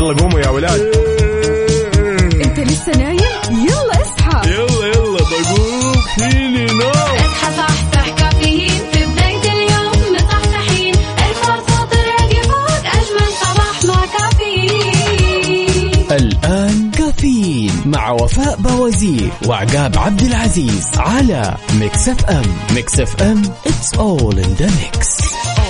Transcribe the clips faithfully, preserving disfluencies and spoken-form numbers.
يلا قوموا يا ولاد. انت لسه نايم؟ يلا اصحى. يلا يلا بقوم فيني نوم. اصحى صحصح كافيين في بداية اليوم مصحصحين. الفرصة تراك فوق أجمل صباح مع كافيين. الآن كافيين مع وفاء بوازير وعقاب عبد العزيز على ميكس اف ام. ميكس اف ام it's all in the mix.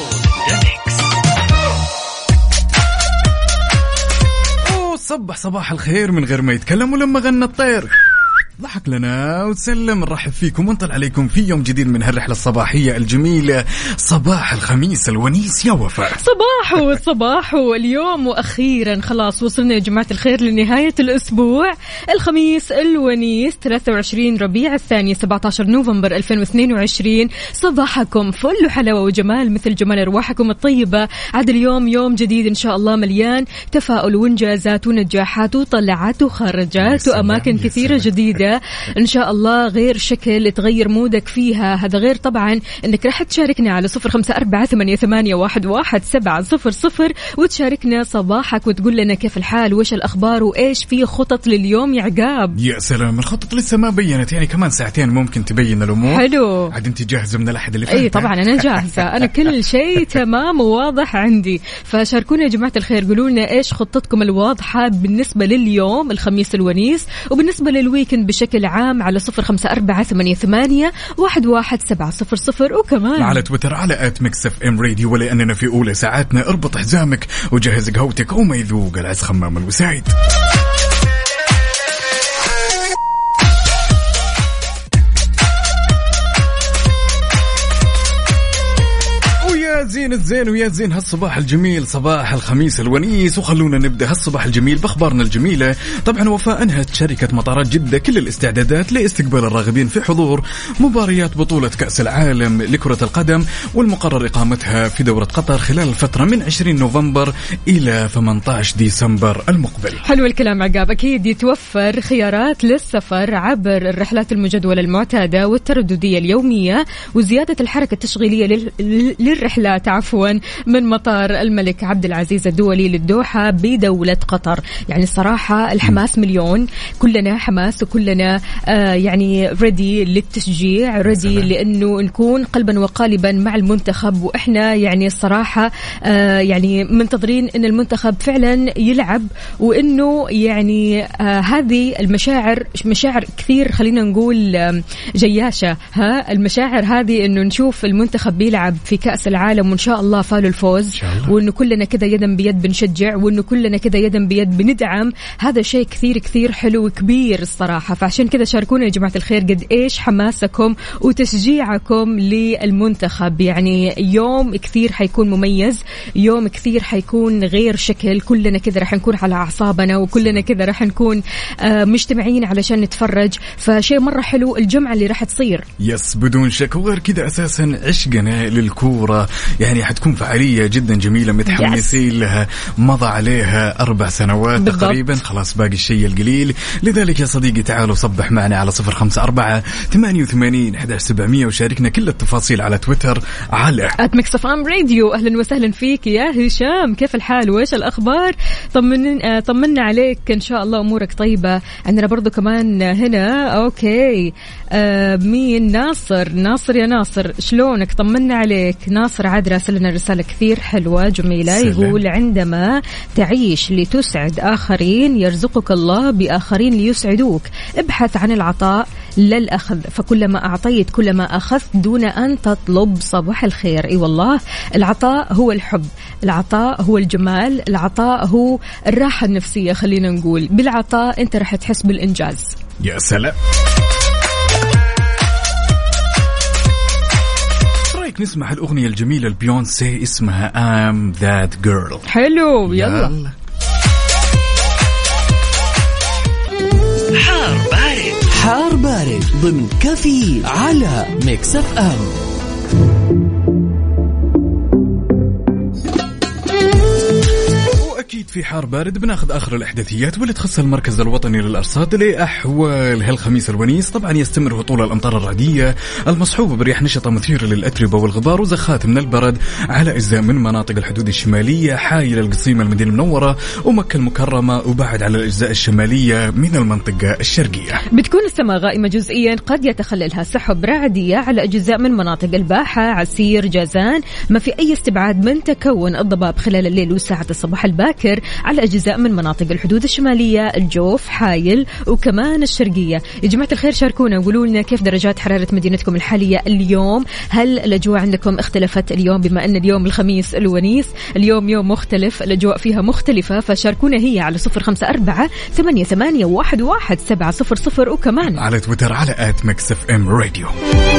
صبح صباح الخير من غير ما يتكلم، ولما غنى الطير ضحك لنا وسلم. نرحب فيكم ونطلع عليكم في يوم جديد من هالرحلة الصباحية الجميلة، صباح الخميس الونيس يا وفاء. صباح والصباح واليوم، وأخيرا خلاص وصلنا يا جماعة الخير لنهاية الأسبوع. الخميس الونيس ثلاثة وعشرين ربيع الثاني سبعة عشر نوفمبر ألفين واثنين وعشرين. صباحكم فل وحلاوة وجمال مثل جمال أرواحكم الطيبة. عاد اليوم يوم جديد إن شاء الله مليان تفاؤل وإنجازات ونجاحات وطلعات وخرجات وأماكن كثيرة جديدة إن شاء الله، غير شكل تغير مودك فيها. هذا غير طبعا إنك راح تشاركنا على صفر خمسة أربعة ثمانية ثمانية واحد واحد سبعة صفر صفر وتشاركنا صباحك وتقول لنا كيف الحال وإيش الأخبار وإيش في خطط لليوم يا عقاب. يا سلام، الخطط لسه ما بينت، يعني كمان ساعتين ممكن تبين الأمور. حلو. عاد أنت جاهزة من الأحد اللي فات؟ أي طبعا أنا جاهزة، أنا كل شيء تمام وواضح عندي. فشاركونا يا جماعة الخير، قولوا لنا إيش خطتكم الواضحة بالنسبة لليوم الخميس الونيس، وبالنسبة للويكند بشكل عام على صفر خمسة أربعة ثمانية ثمانية واحد واحد سبعة صفر صفر، وكمان على تويتر على آت ميكس اف ام راديو. ولأننا في أولى ساعاتنا اربط حزامك وجهز قهوتك وما يذوق العز خمام الوسايد. زين الزين ويا زين هالصباح الجميل، صباح الخميس الونيس. وخلونا نبدأ هالصباح الجميل بأخبارنا الجميلة. طبعا وفاء أنهت شركة مطارات جدة كل الاستعدادات لاستقبال الراغبين في حضور مباريات بطولة كأس العالم لكرة القدم، والمقرر إقامتها في دورة قطر خلال الفترة من عشرين نوفمبر إلى ثمانية عشر ديسمبر المقبل. حلو الكلام عقاب. أكيد يتوفر خيارات للسفر عبر الرحلات المجدولة المعتادة والترددية اليومية، وزيادة الحركة التشغيلية للرحلات عفوا من مطار الملك عبد العزيز الدولي للدوحة بدولة قطر. يعني الصراحة الحماس مليون، كلنا حماس وكلنا آه يعني ريدي للتشجيع، ريدي لأنه نكون قلبا وقالبا مع المنتخب. وإحنا يعني الصراحة آه يعني منتظرين أن المنتخب فعلا يلعب، وأنه يعني آه هذه المشاعر مشاعر كثير خلينا نقول آه جياشة. ها المشاعر هذه أنه نشوف المنتخب بيلعب في كأس العالم وإن شاء الله فالوا الفوز، وإنه كلنا كذا يدا بيد بنشجع، وإنه كلنا كذا يدا بيد بندعم. هذا شيء كثير كثير حلو وكبير الصراحة. فعشان كذا شاركونا يا جماعة الخير قد إيش حماسكم وتشجيعكم للمنتخب. يعني يوم كثير حيكون مميز، يوم كثير حيكون غير شكل، كلنا كذا رح نكون على أعصابنا وكلنا كذا رح نكون آه مجتمعين علشان نتفرج. فشيء مرة حلو الجمعة اللي رح تصير. يس بدون شك، وغير كذا أساسا عشقنا للكورة يعني حتكون فعالية جدا جميلة، متحمسين لها، مضى عليها أربع سنوات بالضبط. تقريبا خلاص باقي الشيء القليل. لذلك يا صديقي تعالوا صبح معنا على صفر خمسة أربعة ثمانية وثمانين أحد عشر سبعمية وشاركنا كل التفاصيل على تويتر على آت ميكس اف ام راديو. أهلا وسهلا فيك يا هشام، كيف الحال وإيش الأخبار؟ طمنا طمنا عليك إن شاء الله أمورك طيبة. عندنا برضو كمان هنا أوكي آه مين ناصر ناصر يا ناصر شلونك؟ طمنا عليك. ناصر عاد راسل لنا رسالة كثير حلوة جميلة، يقول عندما تعيش لتسعد آخرين يرزقك الله بآخرين ليسعدوك. ابحث عن العطاء لا الأخذ، فكلما أعطيت كلما أخذت دون أن تطلب. صباح الخير. اي والله العطاء هو الحب، العطاء هو الجمال، العطاء هو الراحة النفسية. خلينا نقول بالعطاء أنت رح تحس بالإنجاز. يا سلام. نسمع الأغنية الجميلة البيونسي اسمها I'm That Girl. حلو يلا. حار بارد حار بارد ضمن كافيين على ميكس اف ام. أكيد في في حار بارد بناخذ آخر الإحداثيات واللي تخص المركز الوطني للأرصاد لأحوال هالخميس الونيس. طبعا يستمر هطول الأمطار الرعدية المصحوبة برياح نشطة مثيرة للأتربة والغبار وزخات من البرد على أجزاء من مناطق الحدود الشمالية حايل القصيم المدينة المنورة ومكة المكرمة وبعد على الأجزاء الشمالية من المنطقة الشرقية. بتكون السماء غائمة جزئيا قد يتخللها سحب رعدية على أجزاء من مناطق الباحة عسير جازان. ما في أي استبعاد من تكون الضباب خلال الليل وساعة الصباح الباكر على أجزاء من مناطق الحدود الشمالية الجوف حايل وكمان الشرقية. يا جماعة الخير شاركونا وقولوا لنا كيف درجات حرارة مدينتكم الحالية اليوم. هل الأجواء عندكم اختلفت اليوم بما أن اليوم الخميس الونيس؟ اليوم يوم مختلف الأجواء فيها مختلفة فشاركونا هي على صفر خمسة أربعة ثمانية ثمانية واحد واحد سبعة صفر صفر وكمان على تويتر على آت ميكس اف ام راديو.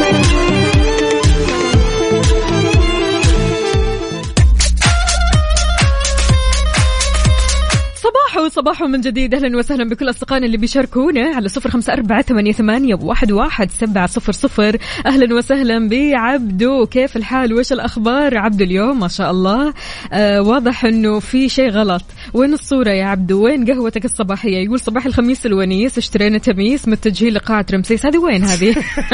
صباح من جديد. أهلا وسهلا بكل أصدقائنا اللي بيشاركونا على صفر خمسة أربعة ثمانية ثمانية واحد واحد سبعة صفر صفر. أهلا وسهلا بعبدو، كيف الحال وإيش الأخبار؟ عبدو اليوم ما شاء الله آه واضح أنه في شيء غلط. وين الصورة يا عبدو؟ وين قهوتك الصباحية؟ يقول صباح الخميس الونيس اشترينا تميس متجهين لقاعة رمسيس. هذه وين هذه؟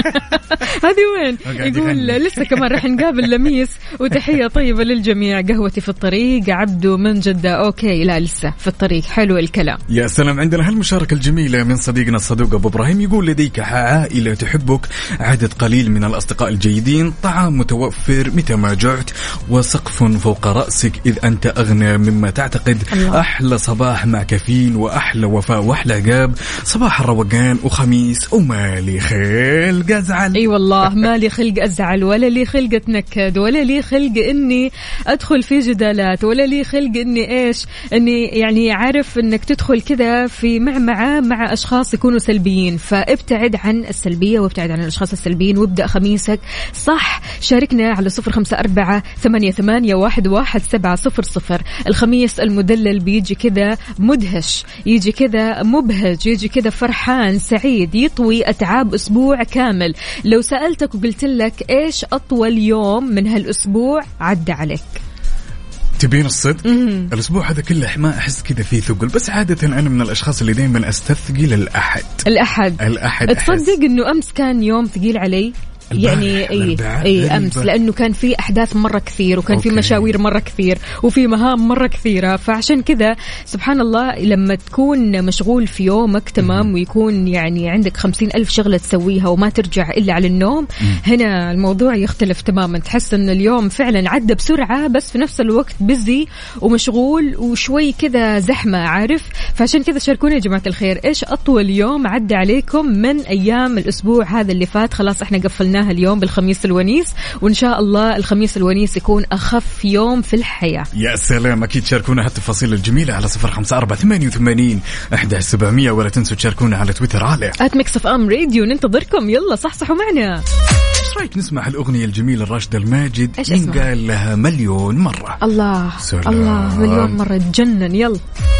هذه وين؟ يقول لسه كمان رح نقابل لميس. وتحية طيبة للجميع. قهوتي في الطريق. عبدو من جدة. أوكي لا لسه في الطريق. حلو الكلام. يا سلام. عندنا هالمشاركة الجميلة من صديقنا الصدوق أبو إبراهيم يقول لديك عائلة تحبك عدد قليل من الأصدقاء الجيدين طعام متوفر متى ما جعت وسقف فوق رأسك إذ أنت أغنى مما تعتقد. الله. أحلى صباح مع كافيين وأحلى وفاء وأحلى عقاب. صباح الروقان وخميس ومالي خلق أزعل. أي والله مالي خلق أزعل ولا لي خلق أتنكد ولا لي خلق إني أدخل في جدالات ولا لي خلق إني إيش إني يعني عارف إنك تدخل كذا في معمعة مع أشخاص يكونوا سلبيين. فابتعد عن السلبية وابتعد عن الأشخاص السلبيين وابدأ خميسك صح. شاركنا على صفر خمسة أربعة ثمانية ثمانية واحد واحد سبعة صفر صفر. الخميس المدلل بيجي كذا مدهش، يجي كذا مبهج، يجي كذا فرحان سعيد، يطوي أتعاب أسبوع كامل. لو سألتك وقلت لك إيش أطول يوم من هالأسبوع عدى عليك؟ تبين الصدق؟ م-م. الأسبوع هذا كله ما أحس كذا فيه ثقل، بس عادة أنا من الأشخاص اللي دائما أستثقل الأحد. الأحد الأحد تصدق إنه أمس كان يوم ثقيل علي يعني اي اي امس لانه كان في احداث مره كثير وكان أوكي. في مشاوير مره كثير وفي مهام مره كثيره. فعشان كذا سبحان الله لما تكون مشغول في يومك تمام ويكون يعني عندك خمسين ألف شغله تسويها وما ترجع الا على النوم، هنا الموضوع يختلف تماما. تحس ان اليوم فعلا عدى بسرعه بس في نفس الوقت بزي ومشغول وشوي كذا زحمه عارف. فعشان كذا شاركونا يا جماعه الخير ايش اطول يوم عدى عليكم من ايام الاسبوع هذا اللي فات. خلاص احنا قفلنا اليوم بالخميس الونيس وإن شاء الله الخميس الونيس يكون أخف يوم في الحياة. يا سلام. أكيد شاركونا هالتفاصيل الجميلة على صفر خمسة أربعة ثمانية وثمانين أحد سبعمية ولا تنسوا تشاركونا على تويتر على آت ميكس اف ام راديو. ننتظركم يلا صحصحوا معنا. ايش رايك نسمع الأغنية الجميلة راشدة الماجد إن قال لها مليون مرة؟ الله سلام. الله مليون مرة تجنن. يلا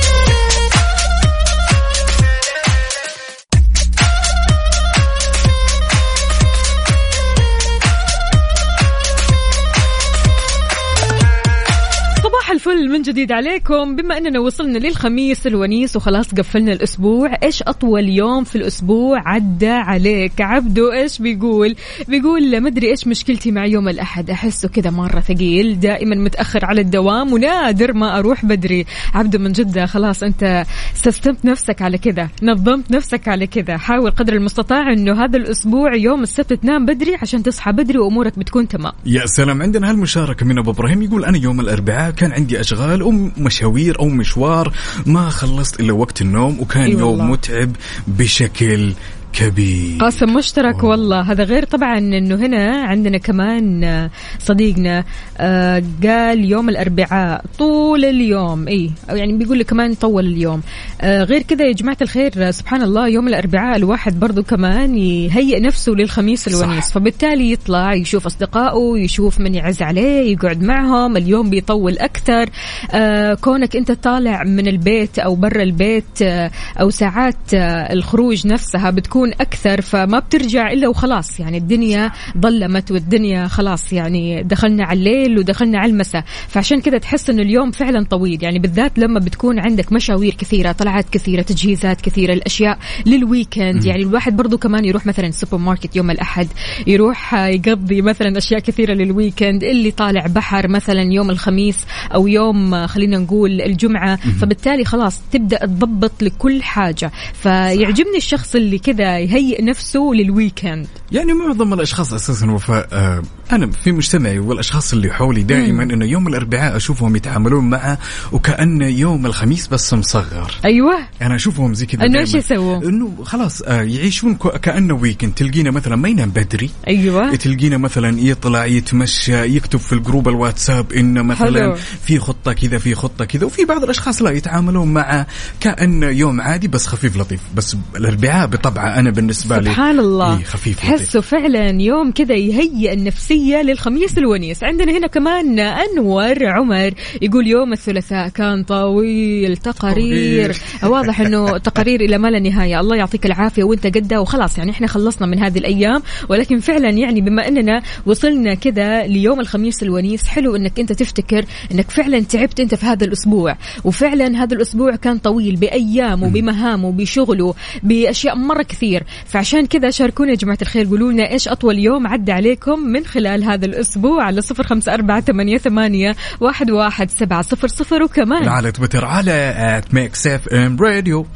الفل من جديد عليكم. بما أننا وصلنا للخميس الونيس وخلاص قفلنا الأسبوع، إيش أطول يوم في الأسبوع عدى عليك؟ عبدو إيش بيقول؟ بيقول مدري إيش مشكلتي مع يوم الأحد، أحسه كذا مرة ثقيل، دائما متأخر على الدوام ونادر ما أروح بدري. عبدو من جدة خلاص أنت سستمت نفسك على كذا، نظمت نفسك على كذا. حاول قدر المستطاع أنه هذا الأسبوع يوم السبت تنام بدري عشان تصحى بدري وأمورك بتكون تمام. يا سلام. عندنا هالمشاركة من أبو إبراهيم يقول أنا يوم الأربعاء كان عندي أشغال أو مشاوير أو مشوار ما خلصت إلا وقت النوم وكان أيوة يوم الله. متعب بشكل كبير. قاسم مشترك أوه. والله هذا غير طبعا انه هنا عندنا كمان صديقنا آه قال يوم الاربعاء طول اليوم اي يعني بيقول لي كمان طول اليوم. آه غير كذا يا جماعة الخير سبحان الله يوم الاربعاء الواحد برضو كمان يهيئ نفسه للخميس الونيس، فبالتالي يطلع يشوف اصدقائه، يشوف من يعز عليه، يقعد معهم، اليوم بيطول اكثر. آه كونك انت طالع من البيت او برا البيت آه او ساعات آه الخروج نفسها بتكون بتكون أكثر، فما بترجع إلا وخلاص يعني الدنيا ظلمت والدنيا خلاص يعني دخلنا على الليل ودخلنا على المساء. فعشان كذا تحس إنه اليوم فعلا طويل، يعني بالذات لما بتكون عندك مشاوير كثيرة، طلعات كثيرة، تجهيزات كثيرة، الأشياء للويكند. يعني الواحد برضو كمان يروح مثلا السوبر ماركت يوم الأحد، يروح يقضي مثلا أشياء كثيرة للويكند، اللي طالع بحر مثلا يوم الخميس أو يوم خلينا نقول الجمعة. فبالتالي خلاص تبدأ تضبط لكل حاجة. فيعجبني الشخص اللي كذا يهيئ نفسه للويكند. يعني معظم الأشخاص أساسا وفاء آه أنا في مجتمعي والأشخاص اللي حولي دائما إنه يوم الأربعاء أشوفهم يتعاملون معه وكأن يوم الخميس بس مصغر. أيوة أنا أشوفهم زي كذا إنه إيش يسووا؟ إنه خلاص آه يعيشون كأنه ويكند. تلقينا مثلا ما ينام بدري. أيوة تلقينا مثلا يطلع يتمشى، يكتب في الجروب الواتساب إنه مثلا حلو. في خطة كذا في خطة كذا. وفي بعض الأشخاص لا يتعاملون مع كأن يوم عادي بس خفيف لطيف. بس الأربعاء بطبعه أنا بالنسبة لي سبحان الله إيه خفيف تحسه فعلا يوم كذا يهيئ النفسية للخميس الونيس. عندنا هنا كمان أنور عمر يقول يوم الثلاثاء كان طويل، تقارير واضح أنه تقارير إلى ما لا نهاية. الله يعطيك العافية وانت قدها وخلاص يعني احنا خلصنا من هذه الأيام. ولكن فعلا يعني بما أننا وصلنا كذا ليوم الخميس الونيس، حلو أنك انت تفتكر أنك فعلا تعبت انت في هذا الأسبوع، وفعلا هذا الأسبوع كان طويل بأيامه بمهامه بشغله بأشياء مرة كثير. فعشان كذا شاركونا يا جماعة الخير، قولوا لنا إيش أطول يوم عدى عليكم من خلال هذا الأسبوع على صفر خمسة أربعة ثمانية ثمانية واحد واحد سبعة صفر صفر. وكمان على تويتر على at mix f m radio.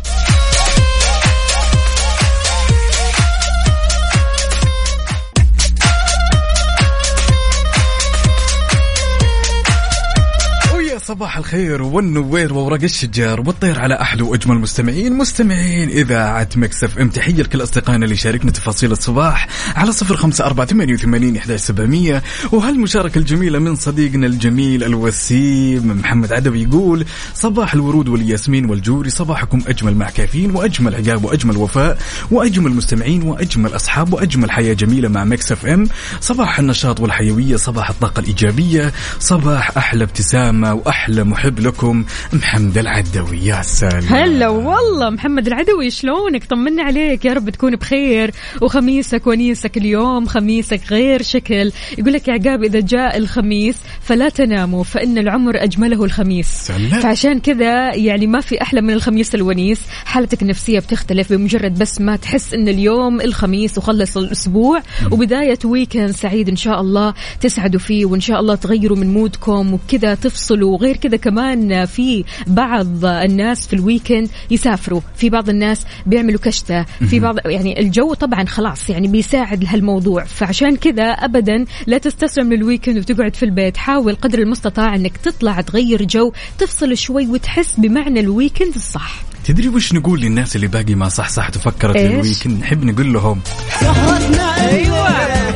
صباح الخير والنوير وورق الشجار والطير على أحلى وأجمل مستمعين مستمعين إذاعة ميكس اف ام. تحية لكل أصدقائنا اللي شاركنا تفاصيل الصباح على صفر خمسة أربعة ثمانية وثمانين إحدى عشر سبعمية. وهالمشاركة الجميلة من صديقنا الجميل الوسيم محمد عدوي يقول صباح الورود والياسمين والجوري، صباحكم أجمل مع كافيين وأجمل عقاب وأجمل وفاء وأجمل مستمعين وأجمل أصحاب وأجمل حياة جميلة مع ميكس اف ام. صباح النشاط والحيوية، صباح الطاقة الإيجابية، صباح أحلى ابتسامة وأحلى محب لكم محمد العدوي. يا سلام هلا والله محمد العدوي، شلونك؟ طمنا عليك، يا رب تكون بخير وخميسك ونيسك اليوم خميسك غير شكل. يقول لك يا عقاب إذا جاء الخميس فلا تناموا فإن العمر أجمله الخميس. سلام. فعشان كذا يعني ما في أحلى من الخميس الونيس. حالتك النفسية بتختلف بمجرد بس ما تحس إن اليوم الخميس وخلص الأسبوع وبداية ويكند سعيد إن شاء الله تسعدوا فيه، وإن شاء الله تغيروا من مودكم وكذا تفصلوا. غير كذا كمان في بعض الناس في الويكند يسافروا، في بعض الناس بيعملوا كشتة، في بعض يعني الجو طبعا خلاص يعني بيساعد لهالموضوع. فعشان كذا أبدا لا تستسلم للويكند وتقعد في البيت، حاول قدر المستطاع أنك تطلع تغير جو، تفصل شوي وتحس بمعنى الويكند الصح. تدري وش نقول للناس اللي باقي ما صح صح تفكرت للويكند؟ نحب نقول لهم أيوة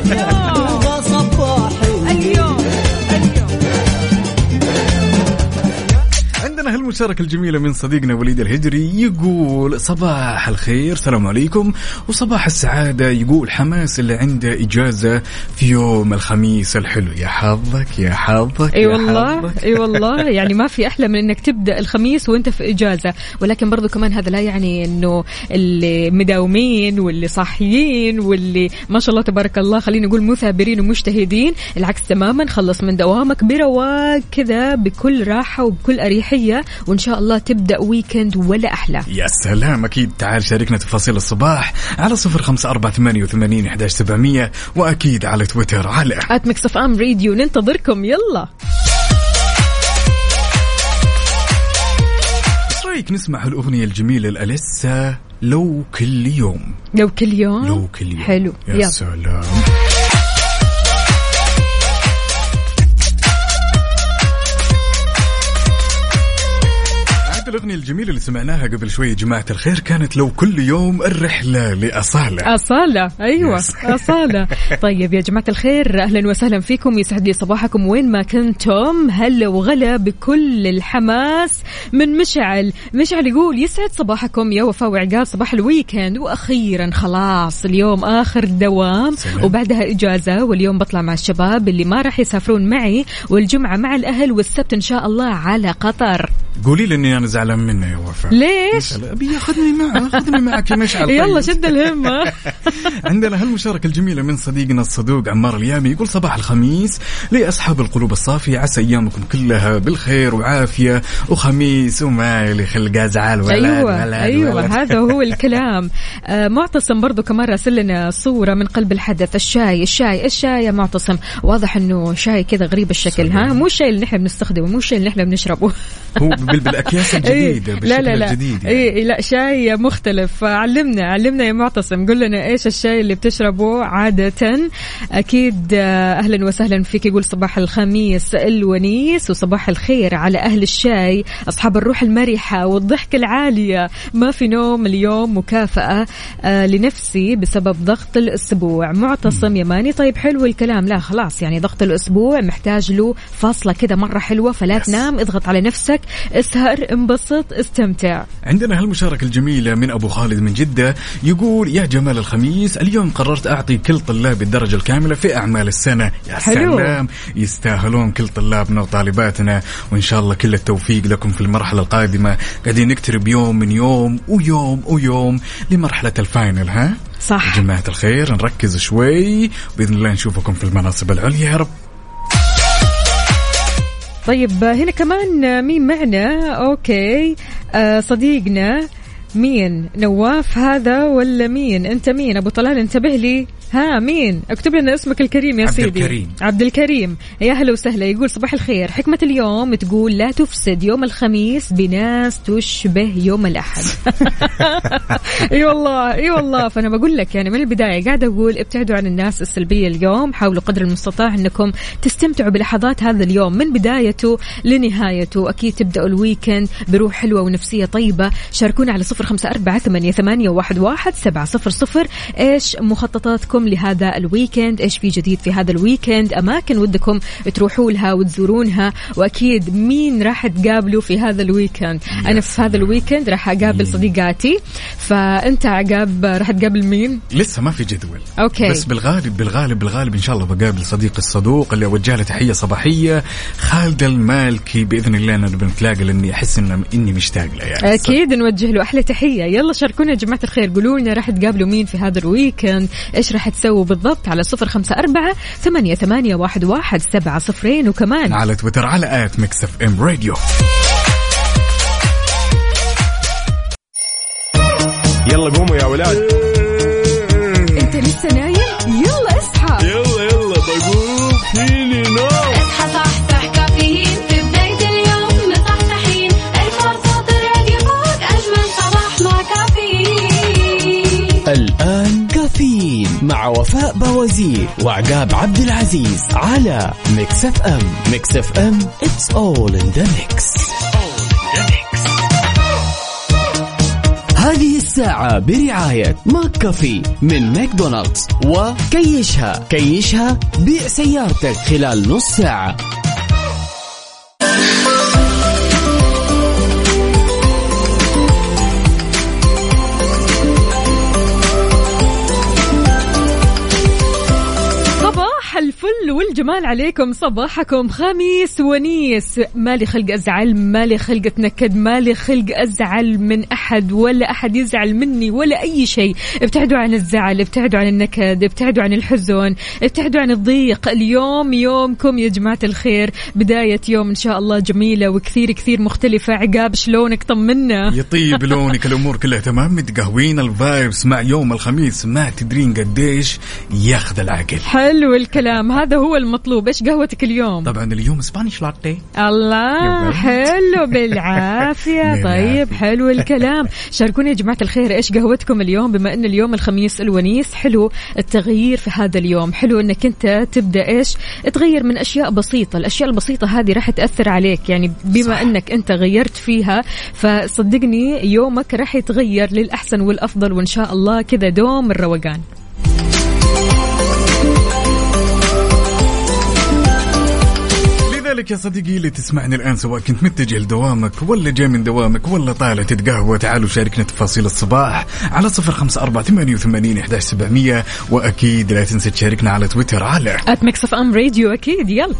عندنا هالمشاركة الجميلة من صديقنا وليد الهجري يقول صباح الخير السلام عليكم وصباح السعادة. يقول حماس اللي عنده إجازة في يوم الخميس الحلو. يا حظك يا حظك. اي والله اي والله يعني ما في أحلى من إنك تبدأ الخميس وأنت في إجازة. ولكن برضو كمان هذا لا يعني إنه اللي مداومين واللي صاحيين واللي ما شاء الله تبارك الله خلينا نقول مثابرين ومجتهدين، العكس تماما، خلص من دوامك برواق كذا بكل راحة وبكل أريحية، وإن شاء الله تبدأ ويكند ولا أحلى. يا سلام. أكيد تعال شاركنا تفاصيل الصباح على صفر خمسة أربعة ثمانية وثمانين إحدى عشر سبعمية، وأكيد على تويتر على آت ميكس اف ام راديو. ننتظركم. يلا رأيك نسمع الأغنية الجميلة الأليسا لو كل يوم. لو كل يوم لو كل يوم حلو. يا يلا. سلام. الأغنية الجميلة اللي سمعناها قبل شوي جماعة الخير كانت لو كل يوم الرحلة لأصالة. أصالة أيوة أصالة. طيب يا جماعة الخير أهلا وسهلا فيكم، يسعد لي صباحكم وين ما كنتم. هلا وغلا بكل الحماس من مشعل. مشعل يقول يسعد صباحكم يا وفاء وعقاب، صباح الويكند وأخيرا خلاص اليوم آخر دوام سلام. وبعدها إجازة، واليوم بطلع مع الشباب اللي ما راح يسافرون معي، والجمعة مع الأهل، والسبت إن شاء الله على قطر. قولي لي إني أنا زعلان منه يا وفاء. ليش؟ أبي خذني معه خذني معك يا مشعل. يلا شد الهمة. عندنا هالمشاركة الجميلة من صديقنا الصدوق عمار اليامي، يقول صباح الخميس لأصحاب القلوب الصافية، عسى أيامكم كلها بالخير وعافية وخميس وما اللي خلق أزعل ولا أيوة ولا أيوة ولا. هذا هو الكلام. آه معتصم برضو كمان راسل لنا صورة من قلب الحدث. الشاي الشاي الشاي يا معتصم، واضح إنه شاي كذا غريب الشكل. ها مو الشاي اللي نحن بنستخدمه، مو الشاي اللي نحن بنشربه. هو بالأكياس الجديدة لا لا لا الجديد يعني. إيه لا شاي مختلف. علمنا علمنا يا معتصم، قل لنا إيش الشاي اللي بتشربه عادة. أكيد أهلا وسهلا فيك. يقول صباح الخميس الونيس وصباح الخير على أهل الشاي أصحاب الروح المرحة والضحك العالية. ما في نوم اليوم، مكافأة آه لنفسي بسبب ضغط الأسبوع. معتصم يماني طيب حلو الكلام. لا خلاص يعني ضغط الأسبوع محتاج له فاصلة كده مرة حلوة، فلا yes. تنام، اضغط على نفسك، اسهر، انبسط، استمتع. عندنا هالمشاركة الجميلة من أبو خالد من جدة، يقول يا جمال الخميس، اليوم قررت أعطي كل طلابي الدرجة الكاملة في أعمال السنة. يا حلو. سلام، يستاهلون كل طلابنا وطالباتنا، وإن شاء الله كل التوفيق لكم في المرحلة القادمة. قاعدين نقترب يوم من يوم ويوم ويوم لمرحلة الفاينل. ها صح يا جماعة الخير، نركز شوي بإذن الله نشوفكم في المناصب العليا يا رب. طيب هنا كمان مين معنا؟ أوكي آه صديقنا مين؟ نواف هذا ولا مين؟ أنت مين؟ أبو طلال انتبه لي. ها مين؟ اكتب لنا اسمك الكريم يا عبد سيدي. الكريم. عبد الكريم يا أهلا وسهلا. يقول صباح الخير، حكمة اليوم تقول لا تفسد يوم الخميس بناس تشبه يوم الأحد. اي والله اي والله. فأنا بقول لك يعني من البداية قاعدة أقول ابتعدوا عن الناس السلبية اليوم، حاولوا قدر المستطاع أنكم تستمتعوا بلحظات هذا اليوم من بدايته لنهايته. أكيد تبدأوا الويكند بروح حلوة ونفسية طيبة. شاركونا على صفر خمسة أربعة ثمانية ثمانية واحد واحد سبعة صفر صفر. إيش مخططاتكم لهذا الويكند؟ إيش في جديد في هذا الويكند؟ أماكن ودكم تروحوا لها وتزورونها؟ وأكيد مين راح تقابلوا في هذا الويكند؟ أنا في هذا الويكند راح أقابل صديقاتي، فأنت عقاب راح تقابل مين؟ لسه ما في جدول. أوكي. بس بالغالب بالغالب بالغالب إن شاء الله بقابل صديق الصدوق اللي أوجه له تحية صباحية، خالد المالكي. بإذن الله أنا بنتلاقى لأني أحس إن إني مشتاق له يعني. أكيد نوجه له أحلى تحية. يلا شاركونا يا جماعة الخير، قولوا لنا راح تقابلوا مين في هذا الويكند، إيش راح تسووا بالضبط على صفر خمسة أربعة ثمانية ثمانية واحد واحد سبعة صفرين، وكمان على تويتر على آت ميكس اف ام راديو. يلا قوموا يا ولاد. أنت لسه نايم؟ يلا اصحى. يلا يلا بقوم فيني نوم. اصحى صحصح كافيين في بداية اليوم مصحصحين، الفرصة تراك فوق أجمل صباح مع كافيين. الآن كافيين مع وفاء بوازير وعقاب عبد العزيز على ميكس اف ام. ميكس اف ام it's all in the mix. هذه الساعة برعاية ماك كافي من ماكدونالدز وكيشها. كيشها بيع سيارتك خلال نص ساعة. الفل والجمال عليكم، صباحكم خميس ونيس. مالي خلق أزعل، مالي خلق أتنكد، مالي خلق أزعل من أحد ولا أحد يزعل مني ولا أي شيء. ابتعدوا عن الزعل، ابتعدوا عن النكد، ابتعدوا عن الحزن، ابتعدوا عن الضيق. اليوم يومكم يا جماعة الخير، بداية يوم إن شاء الله جميلة وكثير كثير مختلفة. عقاب شلونك؟ طمنا. يطيب لونك، الأمور كلها تمام، متقهوين الفايبس مع يوم الخميس، ما تدرين قديش ياخذ العقل. حلو الكلام، هذا هو المطلوب. ايش قهوتك اليوم؟ طبعا اليوم اسبانيش لاتيه. الله حلو بالعافية. طيب حلو الكلام. شاركوني يا جماعة الخير ايش قهوتكم اليوم، بما ان اليوم الخميس الونيس. حلو التغيير في هذا اليوم، حلو انك انت تبدأ ايش تغير من اشياء بسيطة. الاشياء البسيطة هذه راح تأثر عليك، يعني بما صح. انك انت غيرت فيها فصدقني يومك راح يتغير للأحسن والأفضل، وإن شاء الله كذا دوم الروقان. لذلك يا صديقي اللي تسمعني الآن، سواء كنت متجه لدوامك ولا جاي من دوامك ولا طالع تتقهوى، تعالوا شاركنا تفاصيل الصباح على صفر خمسة أربعة ثمانية وثمانين أحد عشر سبعمية. وأكيد لا تنسى تشاركنا على تويتر على آت ميكس اف ام راديو. أكيد يلا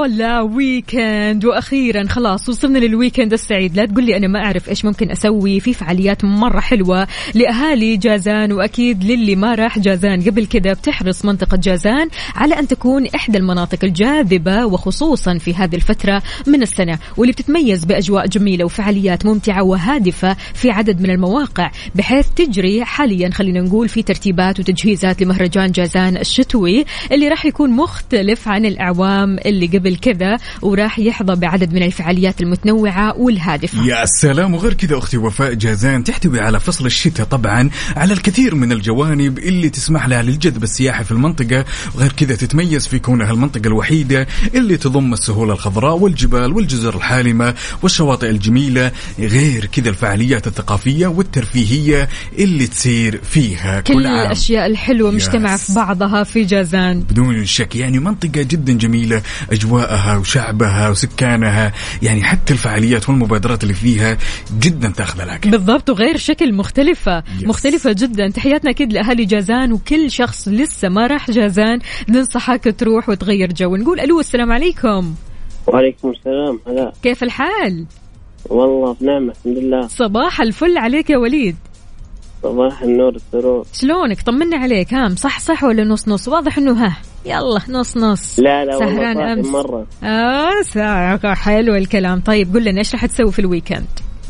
هولا ويكند، وأخيرا خلاص وصلنا للويكند السعيد. لا تقول لي أنا ما أعرف إيش ممكن أسوي. في فعاليات مرة حلوة لأهالي جازان، وأكيد للي ما راح جازان قبل كده بتحرص منطقة جازان على أن تكون إحدى المناطق الجاذبة، وخصوصا في هذه الفترة من السنة، واللي بتتميز بأجواء جميلة وفعاليات ممتعة وهادفة في عدد من المواقع، بحيث تجري حاليا خلينا نقول في ترتيبات وتجهيزات لمهرجان جازان الشتوي اللي راح يكون مختلف عن الأعوام اللي قبل كذا، وراح يحظى بعدد من الفعاليات المتنوعة والهادفة. يا سلام. وغير كذا أختي وفاء، جازان تحتوي على فصل الشتاء طبعا على الكثير من الجوانب اللي تسمح لها للجذب السياحي في المنطقة، وغير كذا تتميز في كونها المنطقة الوحيدة اللي تضم السهول الخضراء والجبال والجزر الحالمة والشواطئ الجميلة، غير كذا الفعاليات الثقافية والترفيهية اللي تصير فيها كل, كل عام. الأشياء الحلوة مجتمعة في بعضها في جازان بدون شك. يعني منطقة جدا جميلة، أجواءها وشعبها وسكانها، يعني حتى الفعاليات والمبادرات اللي فيها جدا تأخذ العقل. بالضبط، وغير شكل مختلفة yes. مختلفة جدا. تحياتنا أكيد لأهالي جازان، وكل شخص لسه ما راح جازان ننصحك تروح وتغير جو. نقول ألو السلام عليكم. وعليكم السلام. هلا، كيف الحال؟ والله بنعمة الحمد لله. صباح الفل عليك يا وليد. صباح النور السرور. شلونك؟ طمنا عليك. هام صح صح ولا نص نص؟ واضح انه ها يلا نص نص. لا لا سهران امس مرة. اه ساعة. حلو الكلام. طيب قل لنا ايش راح تسوي في الويكند؟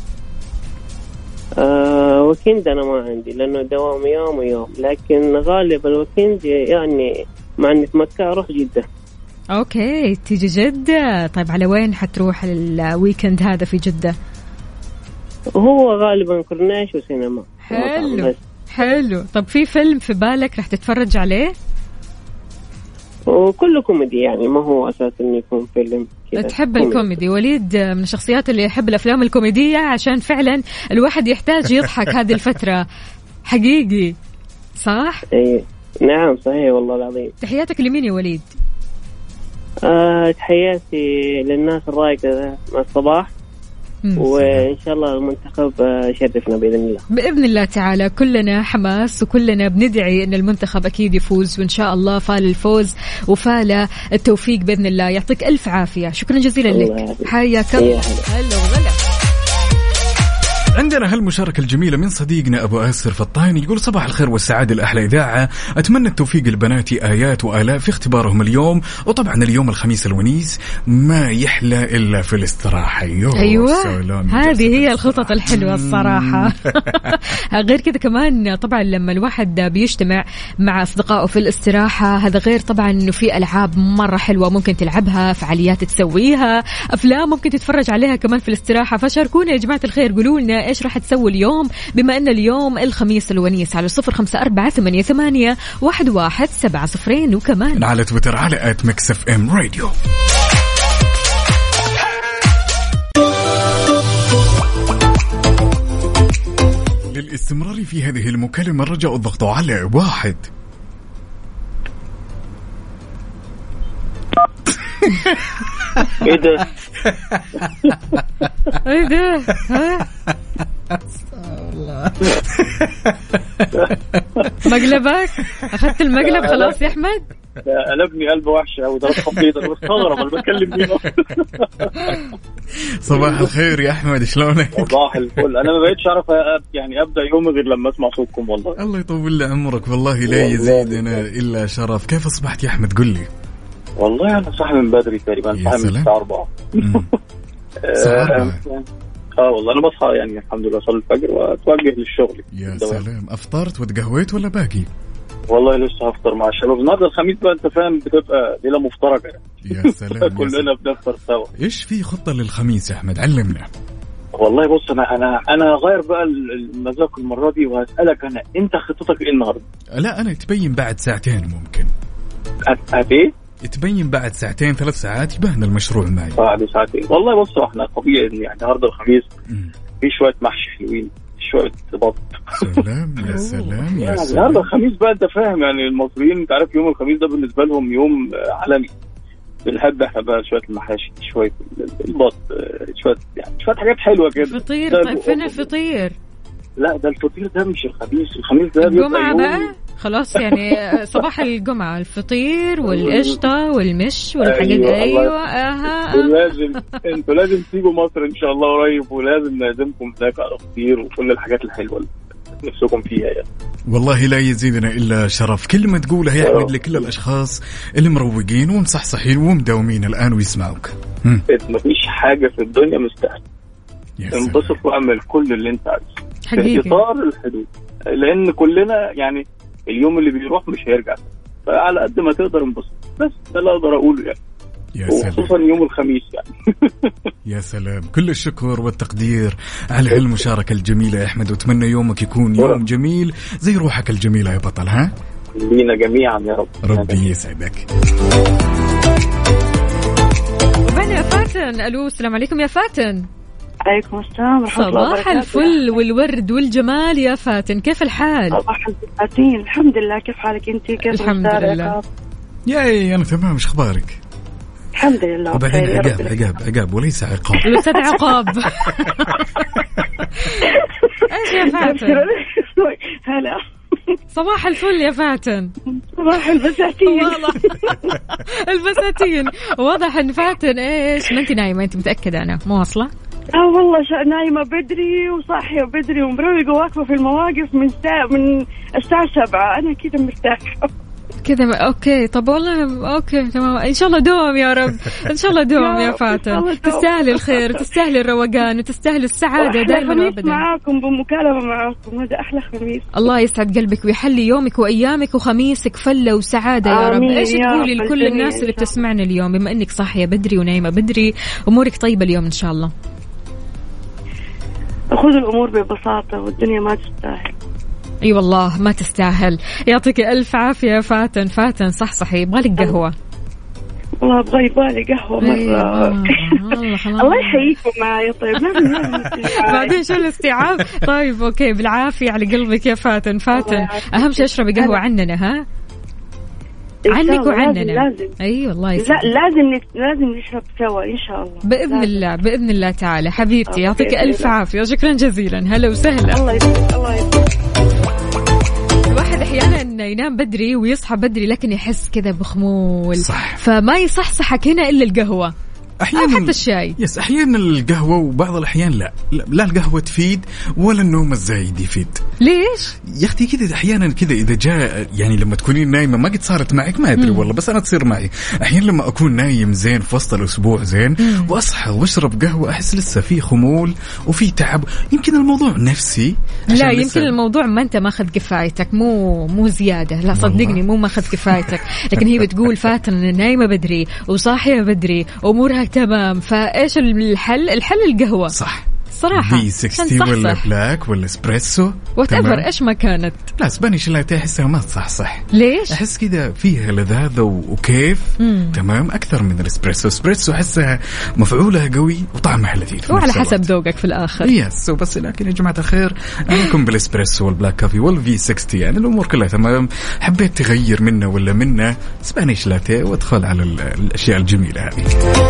آه ويكند انا ما عندي لانه دوام يوم ويوم، لكن غالب الويكند يعني مع اني في مكة اروح جدة. اوكي تيجي جدة. طيب على وين حتروح الويكند هذا في جدة؟ هو غالبا كورنيش وسينما. حلو حلو. طب في فيلم في بالك رح تتفرج عليه؟ وكله كوميدي يعني، ما هو أساس إنه يكون فيلم كذا. تحب كوميدي. الكوميدي. وليد من الشخصيات اللي يحب الأفلام الكوميدية، عشان فعلا الواحد يحتاج يضحك هذه الفترة. حقيقي صح؟ إيه نعم صحيح والله العظيم. تحياتك لمين يا وليد؟ آه تحياتي للناس الرايقة مع الصباح، وإن شاء الله المنتخب يشرفنا بإذن الله. بإذن الله تعالى كلنا حماس، وكلنا بندعي أن المنتخب أكيد يفوز، وإن شاء الله فال الفوز وفال التوفيق بإذن الله. يعطيك ألف عافية. شكرا جزيلا لك. حياك الله. هلا وغلا. عندنا هالمشاركة الجميلة من صديقنا أبو آسر فطاني، يقول صباح الخير والسعادة الأحلى إذاعة، أتمنى التوفيق لبناتي آيات وآلاء في اختبارهم اليوم، وطبعا اليوم الخميس الونيس ما يحلى إلا في الاستراحة. أيوة هذه هي الخطط الحلوة الصراحة. غير كذا كمان طبعا لما الواحد بيجتمع مع أصدقائه في الاستراحة، هذا غير طبعا إنه في ألعاب مرة حلوة ممكن تلعبها، فعاليات تسويها، أفلام ممكن تتفرج عليها كمان في الاستراحة. فشاركونا يا جماعة الخير، قولوا لنا إيش راح تسوي اليوم بما أن اليوم الخميس الونيس، على صفر خمسة أربعة ثمانية ثمانية واحد واحد سبعة صفرين، وكمان على تويتر على آت ميكس إف إم راديو. للاستمرار في هذه المكالمة رجاء الضغط على واحد. ايه ده ايه ده ها مقلبك اخذت المقلب خلاص يا احمد. قلبني قلب وحش او ضرب خبيط. انا مستغرب انا بكلم مين. صباح الخير يا احمد، شلونك؟ صباح الفل. انا ما بقيتش اعرف يعني ابدا يومي غير لما اسمع صوتكم. والله الله يطول لي عمرك، والله لا يزيدنا الا شرف. كيف اصبحت يا احمد؟ قل لي. والله انا صاحي من بدري تقريبا، صاحي من الساعه أربعة. اه والله انا بصحى يعني الحمد لله، اصلي الفجر واتوجه للشغل. يا سلام. افطرت وتقهويت ولا باقي؟ والله لسه هفطر مع الشباب النهارده الخميس بقى، انت فاهم بتبقى ليله مفترجه يعني. يا سلام. كلنا بنفطر سوا. ايش في خطه للخميس يا احمد؟ علمنا. والله بص انا انا انا هغير بقى المذاق المره دي، وهسالك انا انت خطتك ايه النهارده؟ لا انا تبين بعد ساعتين ممكن. هت ايه؟ تبين بعد ساعتين ثلاث ساعات يبان المشروع معي. بعد ساعتين والله. بص احنا طبيعي يعني النهارده الخميس في شويه محشي حلوين، شويه بط. سلام يا سلام يا سلام. النهارده الخميس بقى انت فاهم يعني، المصريين انت عارف يوم الخميس ده بالنسبه لهم يوم عالمي. بنحب احنا بقى شويه المحاشي، شويه البط، شويه يعني شويه حاجات حلوه كده. فطير. طيب فين الفطير؟ لا ده الفطير ده مش الخميس، الخميس ده الجمعة بقى. خلاص يعني صباح الجمعة الفطير والقشطة والمش والحاجات. أيوة، أيوة أها. ولازم انتوا لازم تيجوا مصر ان شاء الله قريب، ولازم نعزمكم هناك على فطير وكل الحاجات الحلوة اللي نفسكم فيها يعني. والله لا يزيدنا إلا شرف. كلمة تقولها يا أحمد لكل الأشخاص اللي مروقين ومصحصحين ومداومين الآن ويسمعوك. مفيش حاجة في الدنيا مستحيل. انبسط واعمل كل اللي انت عايزه في إطار الحدود، لأن كلنا يعني اليوم اللي بيروح مش هيرجع، فعلى قد ما تقدر انبسط. بس ده اللي أقدر أقوله يعني. وخصوصا يوم الخميس يعني. يا سلام، كل الشكر والتقدير على هالمشاركة الجميلة يا أحمد، وأتمنى يومك يكون يوم جميل زي روحك الجميلة يا بطل. ها لينا جميعا يا رب. ربي يسعدك. وين يا فاتن؟ ألو السلام عليكم يا فاتن. عليكم السلام ورحمة الله وبركاته. صباح الفل والورد والجمال يا فاتن، كيف الحال؟ صباح الفاتين، الحمد لله. كيف حالك انت؟ كيف الحمد لله. ياي أنا تمام، إيش أخبارك؟ الحمد لله. وبعدين عقاب عقاب عقاب وليس عقاب. الأستاذ عقاب. ايش يا فاتن؟ هلا صباح الفل يا فاتن. صباح البساتين. والله البساتين. واضح ان فاتن ايش ما انت نايمه، انت متاكده انا مو واصله؟ اه والله نايمه بدري وصاحيه بدري ومروقه واقفه في المواقف من الساعه من الساعه سبعة. انا كذا مرتاحه كذا. اوكي طب والله اوكي تمام، ان شاء الله دوم يا رب، ان شاء الله دوم يا فاتن. تستاهل الخير، تستاهل الروقان، وتستاهل السعاده دائما وابدا. معاكم بمكالمه معاكم، هذا احلى خميس. الله يسعد قلبك ويحلي يومك وايامك وخميسك فله وسعاده يا رب. ايش تقولي لكل الناس اللي بتسمعنا اليوم بما انك صاحيه بدري ونايمه بدري، امورك طيبه اليوم ان شاء الله؟ خذوا الامور ببساطه والدنيا ما تستاهل. اي أيوة والله ما تستاهل. يعطيك الف عافيه يا فاتن. فاتن صح صحيح، يبغالك قهوه. والله ابغى يبالي قهوه مره. الله يحييكم معي. طيب بعدين شو الاستيعاب. طيب اوكي بالعافيه على قلبك يا فاتن. فاتن اهم شيء اشربي قهوه عننا. ها عنك وعننا. لازم. اي والله لا لازم لازم نشرب سوا ان شاء الله باذن لازم. الله باذن الله تعالى حبيبتي. يعطيك الف عافيه وشكرا جزيلا. هلا وسهلا. الله يسعدك. الله يسعدك. الواحد احيانا ينام بدري ويصحى بدري لكن يحس كذا بخمول، صح. فما يصحصحك هنا الا القهوه أحيانا، أو حتى الشاي. يس أحيانا القهوة، وبعض الأحيان لا لا القهوة تفيد ولا النوم الزايد يفيد. ليش؟ يا أختي كذا أحيانا كذا إذا جاء يعني لما تكونين نايمة، ما قد صارت معك ما أدري والله، بس أنا تصير معي أحيانا لما أكون نايم زين في وسط الأسبوع زين مم. وأصحى وأشرب قهوة أحس لسه في خمول وفي تعب. يمكن الموضوع نفسي. لا يمكن الموضوع ما أنت ماخذ كفايتك، مو مو زيادة. لا صدقني مو ماخذ كفايتك. لكن هي بتقول فاتن نايمة بدري وصاحية بدري أمورها تمام. فايش الحل؟ الحل القهوه. صح صراحه بي ستين ولا بلاك ولا اسبريسو وتأفر ايش ما كانت. لا اسبانيش لا احسها ما تصح صح. ليش؟ احس كذا فيها لذاذه وكيف مم. تمام اكثر من الاسبريسو. اسبريسو احسها مفعولها قوي وطعمها لذيذ وعلى حسب ذوقك في الاخر. يس بس لكن يا جماعه الخير انا لكم بالاسبريسو والبلاك كافي والفي ستين يعني الامور كلها تمام. حبيت تغير منه ولا منه اسبانيش لاتيه وادخل على الاشياء الجميله هذه.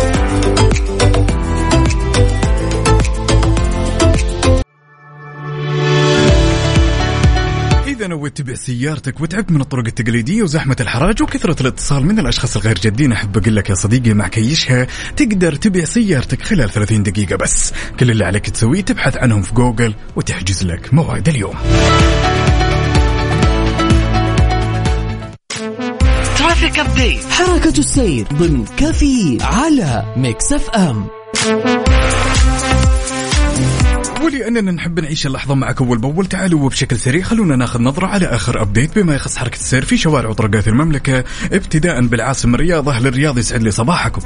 إذا نويت تبيع سيارتك وتعبت من الطرق التقليدية وزحمة الحراج وكثرة الاتصال من الأشخاص الغير جادين، أحب أقول لك يا صديقي مع كيشها تقدر تبيع سيارتك خلال ثلاثين دقيقة بس. كل اللي عليك تسويه تبحث عنهم في جوجل وتحجز لك موعد اليوم. ترافيك أبديت، حركة السير ضمن كافيين على ميكس اف ام. ولأننا نحب نعيش اللحظة معك أول بأول، تعالوا وبشكل سريع خلونا ناخذ نظرة على آخر أبديت بما يخص حركة السير في شوارع وطرقات المملكة، ابتداء بالعاصمة الرياض. أهل الرياض يسعد لي صباحكم.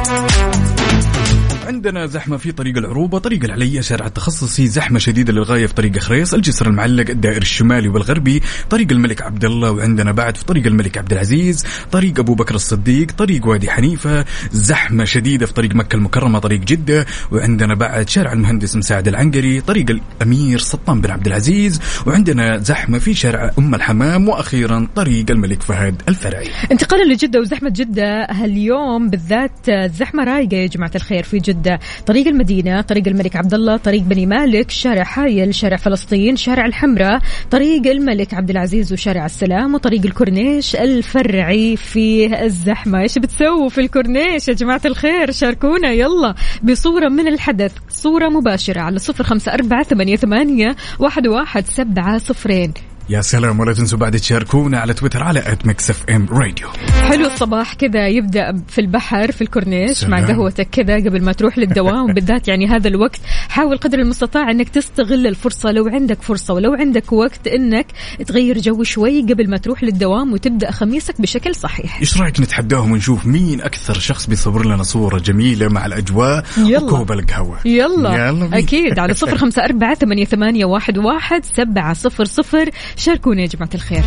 عندنا زحمة في طريق العروبة، طريق العليا، شارع التخصصي، زحمة شديدة للغاية في طريق خريص، الجسر المعلق، الدائر الشمالي والغربي، طريق الملك عبد الله، وعندنا بعد في طريق الملك عبد العزيز، طريق أبو بكر الصديق، طريق وادي حنيفة، زحمة شديدة في طريق مكة المكرمة، طريق جدة، وعندنا بعد شارع المهندس مساعد العنقري، طريق الأمير سلطان بن عبد العزيز، وعندنا زحمة في شارع أم الحمام، وأخيرا طريق الملك فهد الفرعي. انتقالا لجدة وزحمة جدة اليوم بالذات، الزحمة رايقة يا جماعة الخير في جدة المعتمد، طريق المدينة، طريق الملك عبدالله، طريق بني مالك، شارع حايل، شارع فلسطين، شارع الحمراء، طريق الملك عبد العزيز وشارع السلام، وطريق الكورنيش الفرعي في الزحمة. إيش بتسووا في الكورنيش يا جماعة الخير؟ شاركونا يلا بصورة من الحدث، صورة مباشرة على صفر خمسة أربعة ثمانية ثمانية واحد واحد سبعة صفرين. يا سلام. ولا تنسوا بعد تشاركونا على تويتر على ات ميكس اف ام راديو. حلو الصباح كذا يبدأ في البحر في الكورنيش سلام. مع قهوتك كذا قبل ما تروح للدوام بالذات يعني هذا الوقت حاول قدر المستطاع انك تستغل الفرصة لو عندك فرصة ولو عندك وقت انك تغير جو شوي قبل ما تروح للدوام وتبدأ خميسك بشكل صحيح. ايش رايك نتحداهم ونشوف مين اكثر شخص بيصور لنا صورة جميلة مع الاجواء وكوب القهوة؟ يلا, يلا اكيد على صفر خمسة أربعة ثمانية ثمانية واحد واحد سبعة صفر صفر. شاركوني يا جماعة الخير.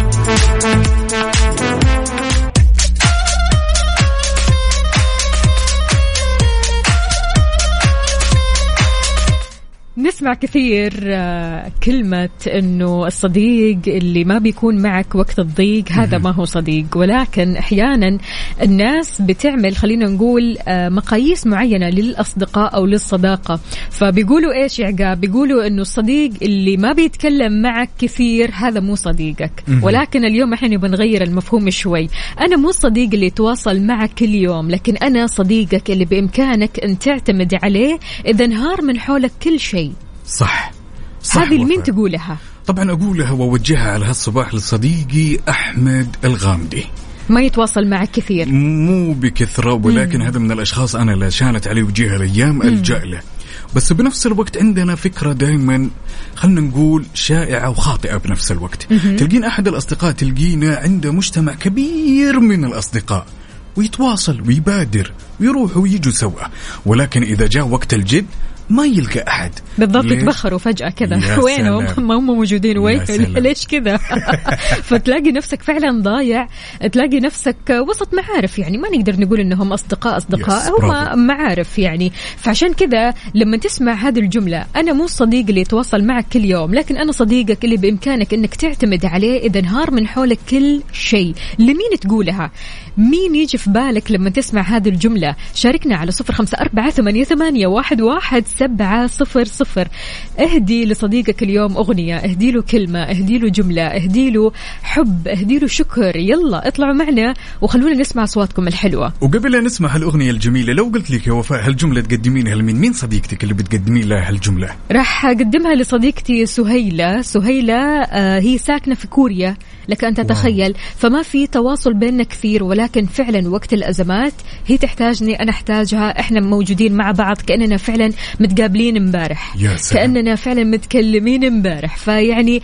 نسمع كثير كلمة إنه الصديق اللي ما بيكون معك وقت الضيق هذا ما هو صديق، ولكن أحيانا الناس بتعمل خلينا نقول مقاييس معينة للأصدقاء أو للصداقة، فبيقولوا إيش يا عقاب؟ بيقولوا إنه الصديق اللي ما بيتكلم معك كثير هذا مو صديقك. ولكن اليوم إحنا نبغى نغير المفهوم شوي. أنا مو الصديق اللي يتواصل معك كل يوم، لكن أنا صديقك اللي بإمكانك أن تعتمد عليه إذا انهار من حولك كل شيء. صح, صح. هذه المين تقولها؟ طبعا أقولها ووجهها على هالصباح لصديقي أحمد الغامدي. ما يتواصل معك كثير، مو بكثرة، ولكن مم. هذا من الأشخاص أنا لا شانت عليه وجهها الأيام ألجأ له. بس بنفس الوقت عندنا فكرة دائما خلنا نقول شائعة وخاطئة بنفس الوقت. مم. تلقين أحد الأصدقاء تلقينا عنده مجتمع كبير من الأصدقاء ويتواصل ويبادر ويروح ويجوا سوا، ولكن إذا جاء وقت الجد ما يلقى أحد. بالضبط، يتبخروا فجأة كذا وينهم؟ ما هم موجودين وين؟ ليش كذا؟ فتلاقي نفسك فعلا ضايع، تلاقي نفسك وسط معارف، يعني ما نقدر نقول إنهم أصدقاء أصدقاء هم معارف يعني. فعشان كذا لما تسمع هذه الجملة أنا مو الصديق اللي يتواصل معك كل يوم، لكن أنا صديقك اللي بإمكانك إنك تعتمد عليه إذا انهار من حولك كل شيء. لمين تقولها؟ مين يجي في بالك لما تسمع هذه الجملة؟ شاركنا على صفر خمسة أربعة ثمانية ثمانية واحد واحد سبعة صفر صفر. اهدي لصديقك اليوم أغنية، اهدي له كلمة، اهدي له جملة، اهدي له حب، اهدي له شكر. يلا اطلعوا معنا وخلونا نسمع أصواتكم الحلوة. وقبل لا نسمع هالأغنية الجميلة، لو قلت لك يا وفاء هالجملة تقدمينها لمين؟ مين صديقتك اللي بتقدمين لها هالجملة؟ راح أقدمها لصديقتي سهيلة. سهيلة آه هي ساكنة في كوريا، لك أن تتخيل. فما في تواصل بيننا كثير، ولكن فعلا وقت الأزمات هي تحتاجني، أنا أحتاجها، إحنا موجودين مع بعض كأننا فعلا متقابلين امبارح، كأننا فعلا متكلمين امبارح. فيعني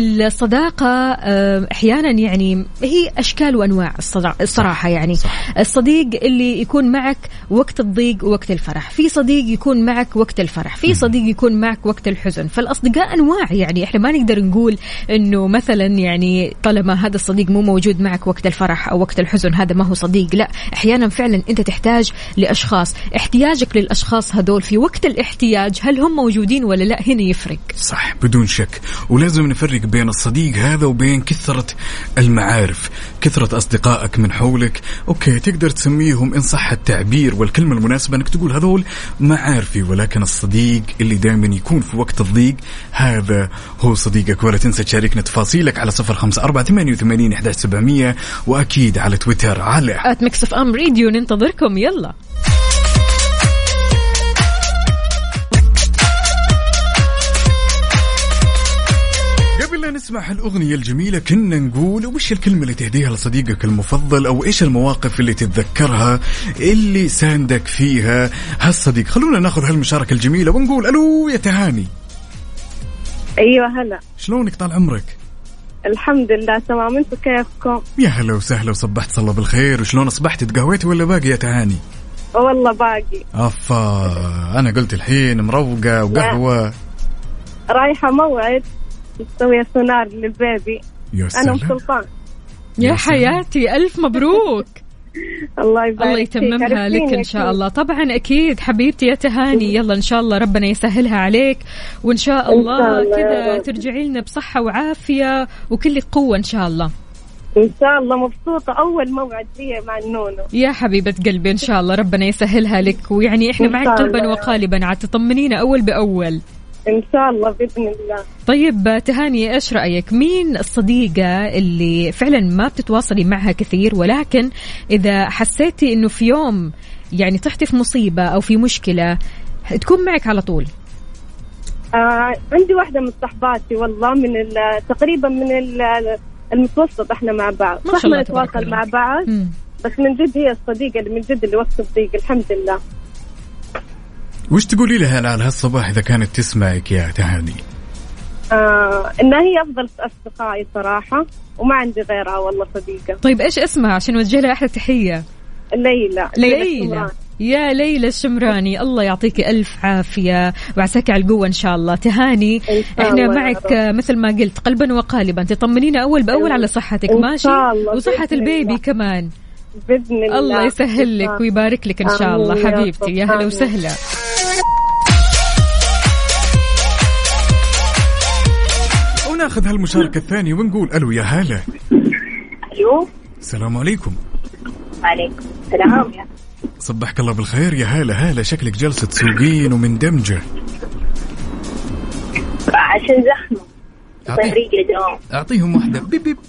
الصداقة أحيانا يعني هي أشكال وأنواع الصراحة. يعني صح. الصديق اللي يكون معك وقت الضيق ووقت الفرح، في صديق يكون معك وقت الفرح، في صديق يكون معك وقت الحزن. فالأصدقاء أنواع، يعني إحنا ما نقدر نقول إنه مثلا يعني طالما هذا الصديق مو موجود معك وقت الفرح أو وقت الحزن هذا ما هو صديق. لا، أحيانا فعلا أنت تحتاج لأشخاص، احتياجك للأشخاص هذول في وقت الاحتياج هل هم موجودين ولا لا هنا يفرق. صح، بدون شك. ولازم نفرق بين الصديق هذا وبين كثرة المعارف، كثرة أصدقائك من حولك. أوكي تقدر تسميهم إن صح التعبير والكلمة المناسبة أنك تقول هذول معارفي، ولكن الصديق اللي دائما يكون في وقت الضيق هذا هو صديقك. ولا تنسى تشاركنا تفاصيلك على صفر خمسة أربعة ثمانية وثمانين أحد عشر سبعمية، وأكيد على تويتر على آت ميكس اف ام راديو. ننتظركم. يلا قبل نسمع الأغنية الجميلة كنا نقول وش الكلمة اللي تهديها لصديقك المفضل، أو إيش المواقف اللي تتذكرها اللي ساندك فيها هالصديق. خلونا ناخذ هالمشاركة الجميلة ونقول ألو يا تهاني. أيوة هلا، شلونك طال عمرك؟ الحمد لله تمام، انتم كيفكم؟ يا هلا وسهلا وصبحت صلى بالخير. وشلون أصبحت؟ تقهويتي ولا باقي يا تهاني؟ والله باقي. أفا أنا قلت الحين مروقة وقهوة. رايحة موعد تسوي سونار للبيبي. أنا أم سلطان. يا حياتي ألف مبروك. الله يبارك، الله يتممها لك إن شاء الله. طبعا أكيد حبيبتي يا تهاني. يلا إن شاء الله ربنا يسهلها عليك، وإن شاء الله كذا ترجعي لنا بصحة وعافية وكل قوة إن شاء الله. إن شاء الله مبسوطة أول موعد لي مع النونو. يا حبيبة قلبي إن شاء الله ربنا يسهلها لك، ويعني إحنا معك قلبا وقالبا عاد تطمنينا أول بأول إن شاء الله بإذن الله. طيب تهاني، إيش رأيك، مين الصديقة اللي فعلا ما بتتواصلي معها كثير ولكن إذا حسيتي إنه في يوم يعني طحتي في مصيبة أو في مشكلة تكون معك على طول؟ آه عندي واحدة من صحباتي والله من تقريبا من المتوسط احنا مع بعض، صح ما نتواصل مع بعض م. بس من جد هي الصديقة اللي من جد اللي وقت الضيق الحمد لله. وش تقولي لها على هالصباح إذا كانت تسمعك يا تهاني؟ آه إنها هي أفضل أصدقائي صراحة وما عندي غيرها والله صديقة. طيب إيش اسمها عشان نوجه لها أحلى تحية؟ ليلى. ليلى, ليلى. يا ليلى الشمراني، الله يعطيك ألف عافية وعساك على القوة إن شاء الله. تهاني إحنا معك مثل ما قلت قلبا وقالبا، تطمنينا أول بأول على صحتك ماشي وصحة البيبي كمان بإذن الله. الله يسهل لك ويبارك لك إن شاء الله حبيبتي. يا هلا وسهلا. وناخذ هالمشاركة الثانية ونقول ألو يا هلا. ألو السلام عليكم. وعليكم السلام. يا صبحك الله بالخير يا هلا. هلا شكلك جلسة تسوقين ومندمجة. عشان زحمة طريق الدوام. أعطيهم واحدة بيب بيب.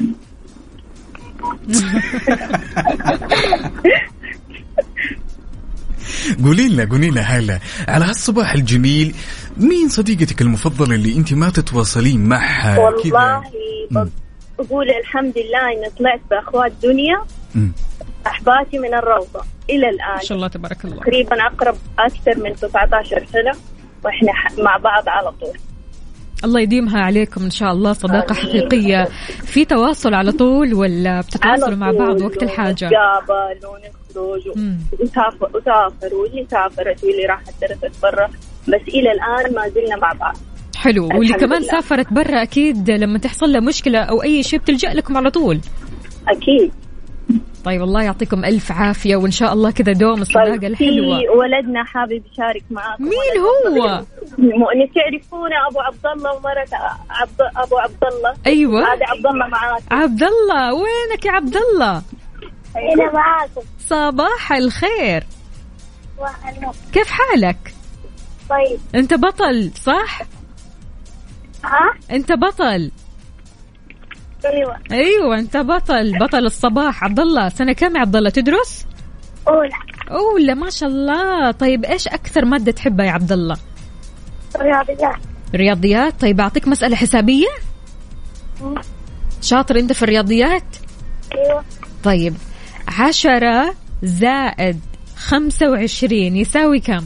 قولي لنا قولي لنا هلا على هالصباح الجميل، مين صديقتك المفضلة اللي أنت ما تتواصلين معها؟ والله بقول الحمد لله إن طلعت بأخوات دنيا م. أحباتي من الروضة إلى الآن ما شاء الله تبارك الله، تقريبا أقرب أكثر من تسعة عشر سنة وإحنا مع بعض على طول. الله يديمها عليكم إن شاء الله، صداقة حقيقية. في تواصل على طول ولا بتتواصلوا مع بعض وقت الحاجة؟ نتقابل ونخرج ونسافر وسافر واللي سافرت واللي راحت درست برا، بس إلى الآن ما زلنا مع بعض. حلو. واللي كمان لله. سافرت برا أكيد لما تحصل له مشكلة أو أي شيء بتلجأ لكم على طول. أكيد. طيب الله يعطيكم ألف عافية وإن شاء الله كذا دوم الصداقة الحلوة. في ولدنا حابب يشارك معاكم. مين هو؟ مؤنس تعرفونه أبو عبد الله ومرة عبد أبو عبد الله. أيوة هذا عبد الله معاك. عبد الله وينك يا عبد الله؟ أنا معاكم. صباح الخير. كيف حالك؟ طيب. أنت بطل صح؟ ها؟ أنت بطل. أيوة. أيوة أنت بطل بطل الصباح. عبد الله سنة كم يا عبد الله تدرس؟ أولى. أولى ما شاء الله. طيب إيش أكثر مادة تحبها يا عبد الله؟ رياضيات. رياضيات. طيب أعطيك مسألة حسابية. م. شاطر أنت في الرياضيات؟ أيوة. طيب عشرة زائد خمسة وعشرين يساوي كم؟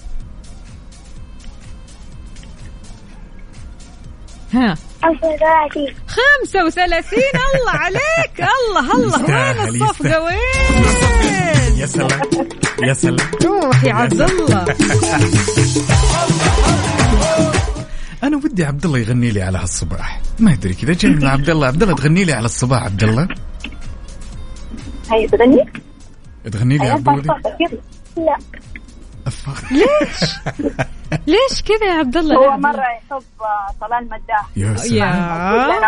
ها خمسة وثلاثين. الله عليك. الله الله وين الصفقة وين؟ يا سلام يا سلام. روح يا عبد الله. أنا ودي عبد الله يغني لي على هالصباح، ما أدري كذا جاي مع عبد الله. عبد الله تغني لي على الصباح. عبد الله هاي تغني تغني لي عبودي. لا ليش ليش كذا يا عبد الله؟ هو مرة يحب طلال مداح. يا سلام.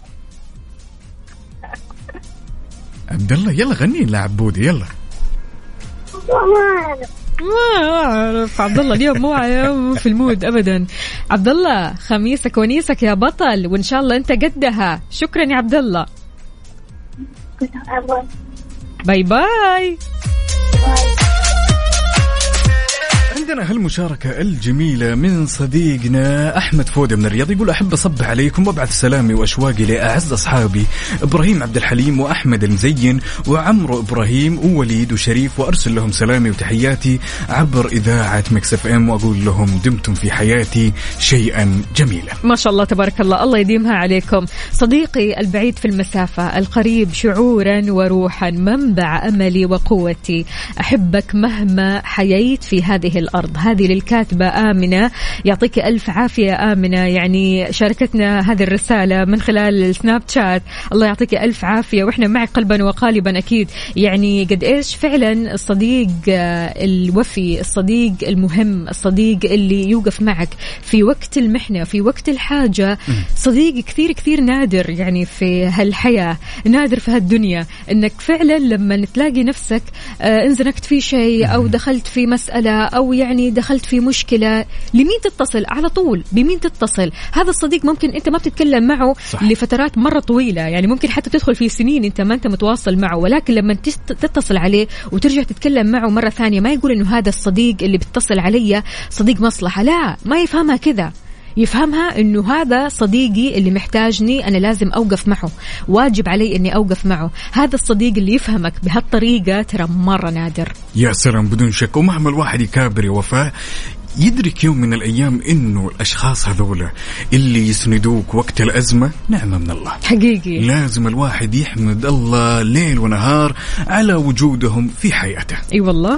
عبد الله يلا غني لعبودي يلا. ما أعرف عبد الله اليوم مو في المود أبدا. عبد الله خميسك ونيسك يا بطل وإن شاء الله أنت قدها. شكرا يا عبد الله. باي باي. عندنا هالمشاركة الجميلة من صديقنا أحمد فودة من الرياض، يقول أحب أصبح عليكم وأبعث سلامي وأشواقي لأعز أصحابي إبراهيم عبد الحليم وأحمد المزين وعمرو إبراهيم ووليد وشريف، وأرسل لهم سلامي وتحياتي عبر إذاعة ميكس اف ام، وأقول لهم دمتم في حياتي شيئا جميلا. ما شاء الله تبارك الله، الله يديمها عليكم. صديقي البعيد في المسافة، القريب شعورا وروحا، منبع أملي وقوتي، أحبك مهما حييت في هذه الأرض، الأرض. هذه للكاتبة آمنة، يعطيك ألف عافية آمنة، يعني شاركتنا هذه الرسالة من خلال السناب شات. الله يعطيك ألف عافية، وإحنا معك قلبا وقالبا أكيد. يعني قد إيش فعلا الصديق الوفي، الصديق المهم، الصديق اللي يوقف معك في وقت المحنة، في وقت الحاجة. صديق كثير كثير نادر يعني في هالحياة، نادر في هالدنيا، إنك فعلا لما تلاقي نفسك انزنكت في شيء أو دخلت في مسألة أو يعني دخلت في مشكلة، لمين تتصل على طول؟ بمين تتصل؟ هذا الصديق ممكن أنت ما بتتكلم معه صح. لفترات مرة طويلة، يعني ممكن حتى تدخل في سنين أنت ما أنت متواصل معه، ولكن لما تتصل عليه وترجع تتكلم معه مرة ثانية ما يقول إنه هذا الصديق اللي بتتصل علي صديق مصلحة، لا، ما يفهمها كذا، يفهمها إنه هذا صديقي اللي محتاجني أنا لازم أوقف معه، واجب علي إني أوقف معه. هذا الصديق اللي يفهمك بهالطريقة ترى مرة نادر. يا سلام، بدون شك. ومهما الواحد يكابر يا وفاء، يدرك يوم من الأيام إنه الأشخاص هذولا اللي يسندوك وقت الأزمة نعمة من الله حقيقي. لازم الواحد يحمد الله ليل ونهار على وجودهم في حياته. اي والله.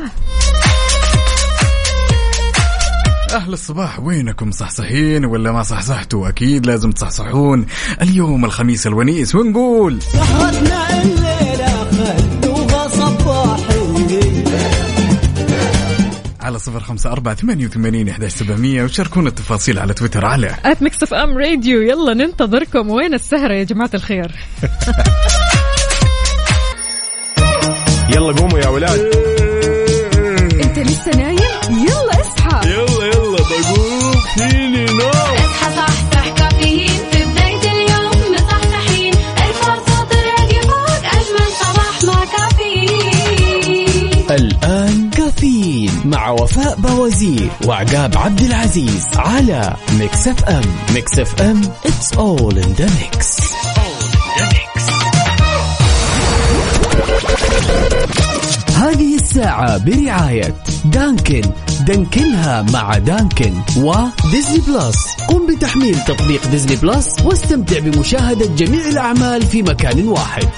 أهل الصباح، وينكم؟ صحصحين ولا ما صحصحتوا؟ أكيد لازم تصحصحون. اليوم الخميس الونيس ونقول سهرتنا الليلة خدوها صباحي على صفر خمسة أربعة ثمانية وثمانين إحدى عشر سبعمية، وشاركونا التفاصيل على تويتر على آت ميكس إف إم راديو. يلا ننتظركم. وين السهرة يا جماعة الخير؟ يلا قوموا يا ولاد. أنت لسه نايم؟ يلا اصحى. يلا يلا بقوم فيني نوم. اصحى صحصح كافيين في بداية اليوم مصحصحين، الفرصة تراقي فوق أجمل صباح مع كافيين. الآن كافيين مع وفاء بوازير وعقاب عبد العزيز على ميكس اف ام. ميكس اف ام it's all in the mix. هذه الساعة برعاية دانكن، دانكنها مع دانكن، وديزني بلس. قم بتحميل تطبيق ديزني بلس واستمتع بمشاهدة جميع الأعمال في مكان واحد.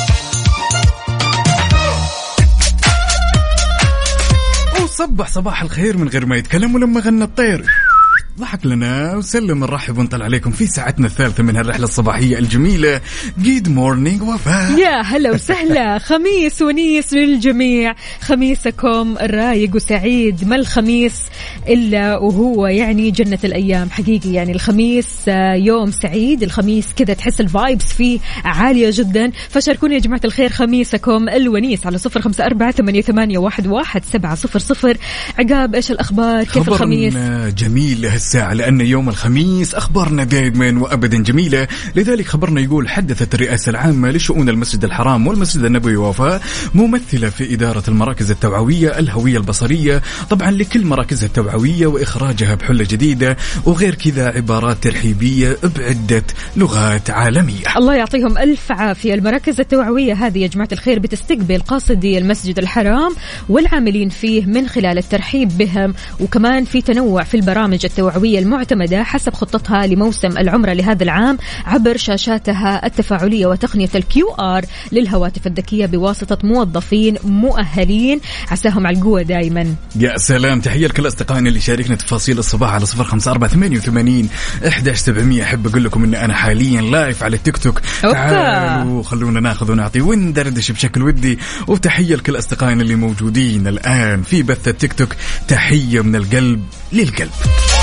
وصبح صباح الخير من غير ما يتكلم، ولما غنى الطير ضحك لنا وسلم. نرحب ونطلع عليكم في ساعتنا الثالثة من هالرحلة الصباحية الجميلة. جود مورنينج وفاء. يا هلا وسهلا. خميس ونيس للجميع، خميسكم الرايق وسعيد. ما الخميس إلا وهو يعني جنة الأيام حقيقي. يعني الخميس يوم سعيد، الخميس كذا تحس الفايبس فيه عالية جدا. فشاركوني يا جماعة الخير خميسكم الونيس على صفر خمسة أربعة ثمانية ثمانية واحد واحد سبعة صفر صفر. عقاب إيش الأخبار؟ كيف الخميس؟ جميل الساعة، لأن يوم الخميس أخبارنا دائما وأبدا جميلة. لذلك خبرنا يقول حدثت الرئاسة العامة لشؤون المسجد الحرام والمسجد النبوي وفاء ممثلة في إدارة المراكز التوعوية الهوية البصرية طبعا لكل مراكزها التوعوية وإخراجها بحلة جديدة، وغير كذا عبارات ترحيبية بعدة لغات عالمية. الله يعطيهم ألف عافية. المراكز التوعوية هذه يا جماعة الخير بتستقبل قاصدي المسجد الحرام والعاملين فيه من خلال الترحيب بهم، وكمان في تنوع في البرامج التوعوية المعتمدة حسب خطتها لموسم العمرة لهذا العام عبر شاشاتها التفاعلية وتقنية الكيو آر للهواتف الذكية بواسطة موظفين مؤهلين. عساهم على القوة دائما. يا سلام، تحية لكل أصدقائنا اللي شاركنا تفاصيل الصباح على صفر خمسة أربعة ثمانية وثمانين إحدى عشر سبعمية. أحب أقول لكم إن أنا حاليا لايف على التيك توك. تعالوا خلونا ناخذ ونعطي وندردش بشكل ودي. وتحية لكل أصدقائنا اللي موجودين الآن في بث التيك توك. تحية من القلب للقلب.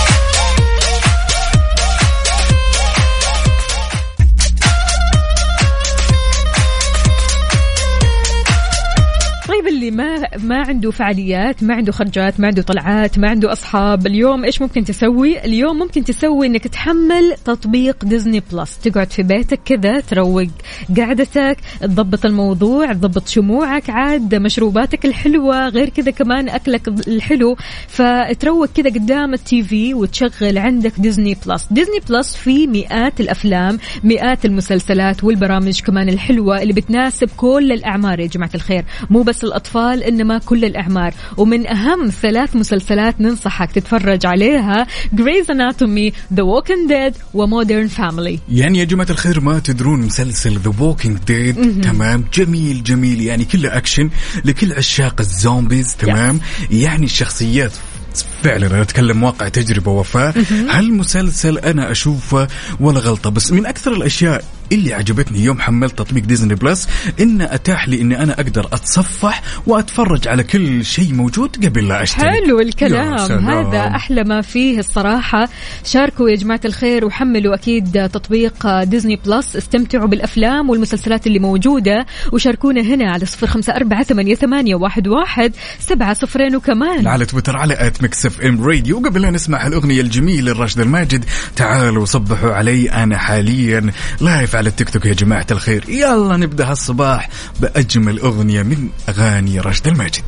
اللي ما ما عنده فعاليات، ما عنده خرجات، ما عنده طلعات، ما عنده أصحاب، اليوم إيش ممكن تسوي؟ اليوم ممكن تسوي إنك تحمل تطبيق ديزني بلس، تقعد في بيتك كذا تروق قعدتك، تضبط الموضوع، تضبط شموعك، عاد مشروباتك الحلوة، غير كذا كمان أكلك الحلو، فتروق كذا قدام التي في وتشغل عندك ديزني بلس. ديزني بلس فيه مئات الأفلام، مئات المسلسلات والبرامج كمان الحلوة اللي بتناسب كل الأعمار يا جماعة الخير، مو بس الأطفال إنما كل الأعمار. ومن أهم ثلاث مسلسلات ننصحك تتفرج عليها Grey's Anatomy, The Walking Dead ومودرن فاميلي. يعني يا جماعة الخير ما تدرون مسلسل The Walking Dead م-م. تمام جميل جميل، يعني كله أكشن لكل عشاق الزومبيز تمام. yes. يعني الشخصيات فعلا أنا أتكلم واقع تجربة وفاء. هل مسلسل أنا أشوفه ولا غلطة؟ بس من أكثر الأشياء اللي عجبتني يوم حملت تطبيق ديزني بلس إنه أتاح لي إني أنا أقدر أتصفح وأتفرج على كل شيء موجود قبل لا أشتري. حلو الكلام هذا، أحلى ما فيه الصراحة. شاركوا يا جماعة الخير وحملوا أكيد تطبيق ديزني بلس، استمتعوا بالأفلام والمسلسلات اللي موجودة، وشاركونا هنا على صفر خمسة أربعة ثمانية ثمانية واحد واحد سبعة صفرين، وكمان على تويتر على آت ميكس اف ام راديو. قبل لا نسمع الأغنية الجميلة لراشد الماجد، تعالوا صبحوا علي، أنا حاليا لايف على التيك توك يا جماعة الخير. يلا نبدأ هالصباح بأجمل أغنية من أغاني راشد الماجد.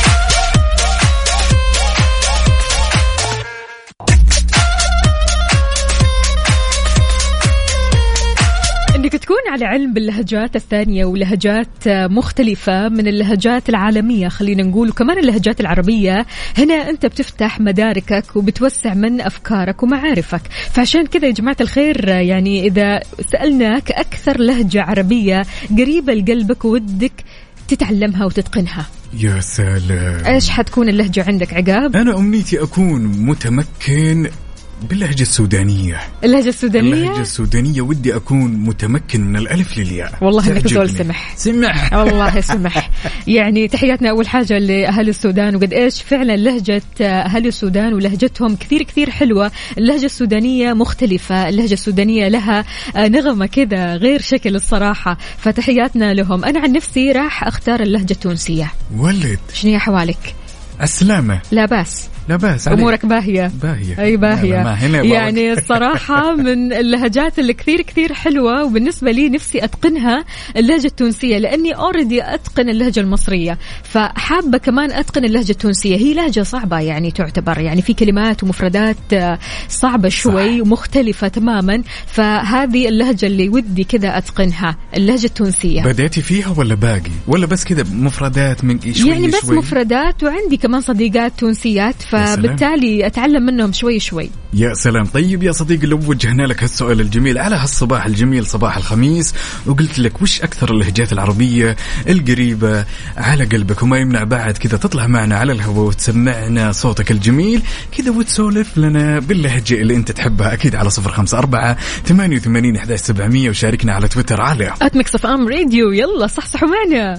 انك تكون على علم باللهجات الثانية ولهجات مختلفة من اللهجات العالمية خلينا نقول، وكمان اللهجات العربية، هنا انت بتفتح مداركك وبتوسع من افكارك ومعارفك. فعشان كذا يا جماعة الخير يعني اذا سألناك اكثر لهجة عربية قريبة لقلبك ودك تتعلمها وتتقنها، يا سلام، ايش حتكون اللهجة عندك عقاب؟ انا امنيتي اكون متمكن باللهجة السودانية. اللهجة السودانية اللهجة السودانية ودي أكون متمكن من الألف للياء. والله إنك زول سمح سمح والله سمح. يعني تحياتنا أول حاجة لأهل السودان، وقد إيش فعلا لهجة أهل السودان ولهجتهم كثير كثير حلوة. اللهجة السودانية مختلفة، اللهجة السودانية لها نغمة كذا غير شكل الصراحة، فتحياتنا لهم. أنا عن نفسي راح أختار اللهجة التونسية. ولد شنو حوالك؟ السلامة. لا باس لا باس، أمورك باهية باهية أي باهية. يعني الصراحة من اللهجات اللي كثير كثير حلوة، وبالنسبة لي نفسي أتقنها اللهجة التونسية، لأني أوريدي أتقن اللهجة المصرية، فحابة كمان أتقن اللهجة التونسية. هي لهجة صعبة يعني تعتبر، يعني في كلمات ومفردات صعبة شوي ومختلفة تماما، فهذه اللهجة اللي ودي كذا أتقنها، اللهجة التونسية. بدأتي فيها ولا باقي ولا بس كذا مفردات من شوي يعني بس شوي؟ مفردات، وعندي كمان صديقات تونسيات فبالتالي أتعلم منهم شوي شوي. يا سلام. طيب يا صديقي، لو وجهنا لك هالسؤال الجميل على هالصباح الجميل صباح الخميس، وقلت لك وش أكثر اللهجات العربية القريبة على قلبك، وما يمنع بعد كذا تطلع معنا على الهواء وتسمعنا صوتك الجميل كذا وتسولف لنا باللهجة اللي أنت تحبها، أكيد على صفر خمسة أربعة ثمانية وثمانين أحد عشر سبعمية، وشاركنا على تويتر على آت ميكس اف ام راديو. يلا صحصحوا معنا.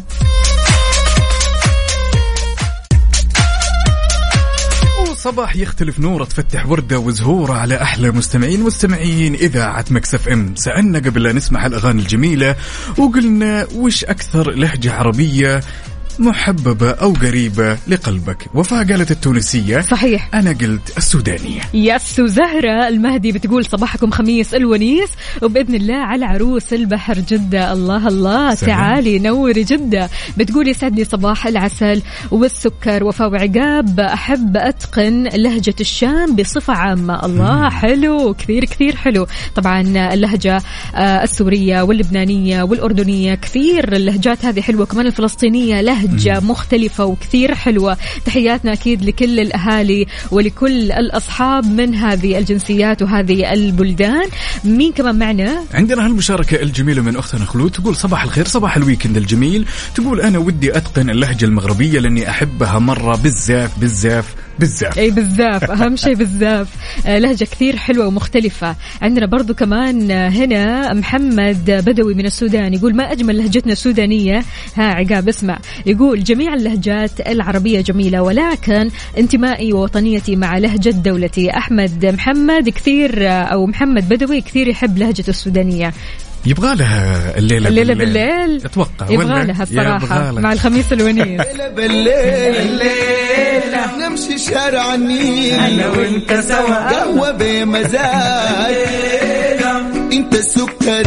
صباح يختلف نوره، تفتح وردة وزهورة على أحلى مستمعين مستمعين إذاعة ميكس اف ام. سألنا قبل لا نسمع الأغاني الجميلة وقلنا وش أكثر لهجة عربية محببة أو قريبة لقلبك؟ وفاء قالت التونسية. صحيح. أنا قلت السودانية. يس. وزهرة المهدي بتقول صباحكم خميس الونيس، وبإذن الله على عروس البحر جدة. الله الله سلام. تعالي نوري جدة. بتقول يسعدني صباح العسل والسكر. وفاء وعقاب أحب أتقن لهجة الشام بصفة عامة. الله مم. حلو كثير كثير حلو. طبعا اللهجة السورية واللبنانية والأردنية كثير اللهجات هذه حلوة، كمان الفلسطينية لهجة مختلفة وكثير حلوة. تحياتنا أكيد لكل الأهالي ولكل الأصحاب من هذه الجنسيات وهذه البلدان. مين كمان معنا؟ عندنا هالمشاركة الجميلة من أختنا خلود، تقول صباح الخير، صباح الويكند الجميل. تقول أنا ودي أتقن اللهجة المغربية لأني أحبها مرة بالزاف بالزاف بالزاف. أي بالزاف، أهم شيء بالزاف. لهجة كثير حلوة ومختلفة. عندنا برضو كمان هنا محمد بدوي من السودان، يقول ما أجمل لهجتنا السودانية. ها عقاب اسمع، يقول جميع اللهجات العربية جميلة، ولكن انتمائي ووطنيتي مع لهجة دولتي. أحمد محمد كثير أو محمد بدوي كثير يحب لهجة السودانية. يبغى لها الليلة, الليلة بالليل, بالليل أتوقع يبغى لها الصراحة مع الخميس الونيس. الليلة بالليل الليلة نمشي شارع النيل أنا وانت سوا، قهوة بمزاج انت السكر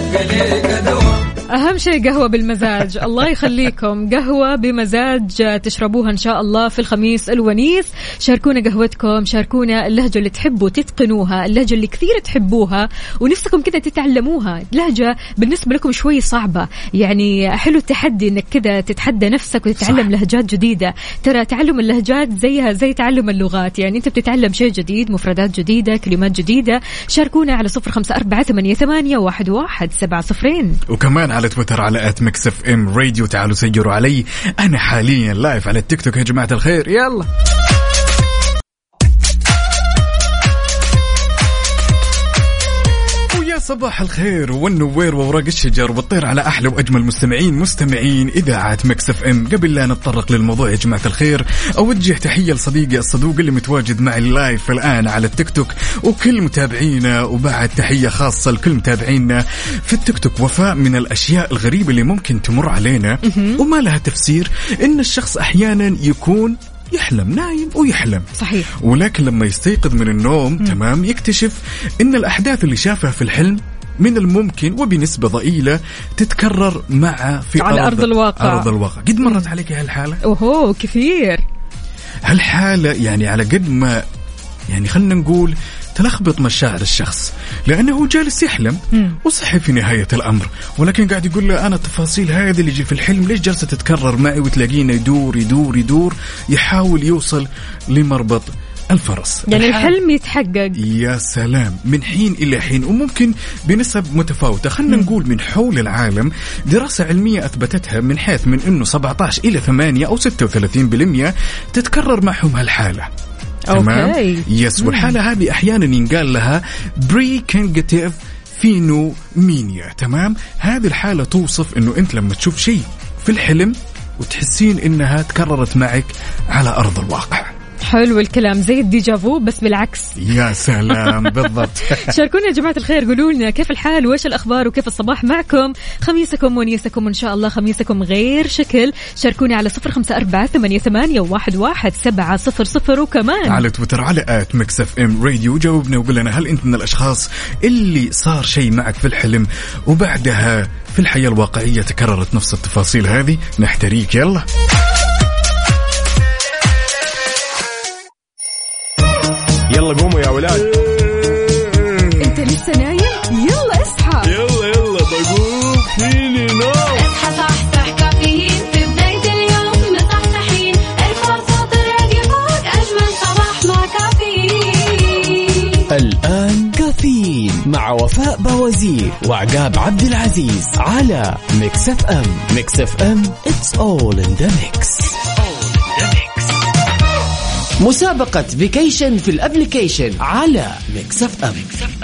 أهم شيء قهوة بالمزاج. الله يخليكم، قهوة بمزاج تشربوها إن شاء الله في الخميس الونيس. شاركونا قهوتكم، شاركونا اللهجة اللي تحبوا تتقنوها، اللهجة اللي كثير تحبوها ونفسكم كذا تتعلموها. لهجة بالنسبة لكم شوي صعبة، يعني حلو التحدي إنك كذا تتحدى نفسك وتتعلم صح. لهجات جديدة. ترى تعلم اللهجات زيها زي تعلم اللغات، يعني أنت بتتعلم شيء جديد، مفردات جديدة، كلمات جديدة. شاركونا على صفر خمسة أربعة ثمانية ثمانية واحد واحد سبعة صفرين، وكمان على تويتر على آت ميكس اف ام راديو. تعالوا سجلوا علي، أنا حاليا لايف على التيك توك يا جماعة الخير. يلا صباح الخير والنوير وورق الشجر والطير على أحلى وأجمل مستمعين مستمعين إذاعة ميكس اف ام. قبل لا نتطرق للموضوع يا جماعة الخير أوجه تحية لصديقي الصدوق اللي متواجد معي اللايف الآن على التيك توك وكل متابعينا، وبعد تحية خاصة لكل متابعينا في التيك توك. وفاء، من الأشياء الغريبة اللي ممكن تمر علينا وما لها تفسير إن الشخص أحيانا يكون يحلم نايم ويحلم صحيح، ولكن لما يستيقظ من النوم م. تمام يكتشف إن الأحداث اللي شافها في الحلم من الممكن وبنسبة ضئيلة تتكرر معه في على أرض, أرض الواقع. أرض الواقع. قد مرت عليك هالحالة؟ أوهو كثير. هالحالة يعني على قد ما يعني خلنا نقول تلخبط مشاعر الشخص لأنه جالس يحلم وصحي في نهاية الأمر، ولكن قاعد يقول له أنا التفاصيل هذه اللي يجي في الحلم ليش جالسة تتكرر معي، وتلاقينا يدور يدور يدور يحاول يوصل لمربط الفرس. يعني الحلم يتحقق. يا سلام، من حين إلى حين وممكن بنسب متفاوتة. خلنا نقول من حول العالم دراسة علمية أثبتتها من حيث من إنه سبعة عشر إلى ثمانية أو ستة وثلاثين بالمئة تتكرر معهم هالحالة. تمام. يس. والحالة هذه أحيانا ينقال لها بريكنجتيف فينومينيا. تمام. هذه الحالة توصف إنه أنت لما تشوف شيء في الحلم وتحسين إنها تكررت معك على أرض الواقع. حلو الكلام، زي الديجافو بس بالعكس. يا سلام بالضبط. شاركونا يا جماعة الخير، قولوا لنا كيف الحال وإيش الأخبار وكيف الصباح معكم. خميسكم ونيسكم وإن شاء الله خميسكم غير شكل. شاركوني على صفر خمسة أربعة ثمانية ثمانية واحد واحد سبعة صفر صفر، وكمان على تويتر على آت ميكس اف ام راديو. جاوبنا وقول لنا هل أنت من الأشخاص اللي صار شيء معك في الحلم وبعدها في الحياة الواقعية تكررت نفس التفاصيل هذه؟ نحتريك. يلا يلا قوموا يا ولاد. انت لسه نايم؟ يلا اصحى. يلا يلا بقوم فيني نوم. اصحى صحصح كافيين في بداية اليوم مصحصحين، الفرصة تراقي فوق أجمل صباح مع كافيين. الآن كافيين مع وفاء بوازير وعقاب عبد العزيز على ميكس اف ام. ميكس اف ام it's all in the mix. مسابقة فيكيشن في الابليكيشن على ميكس اف ام.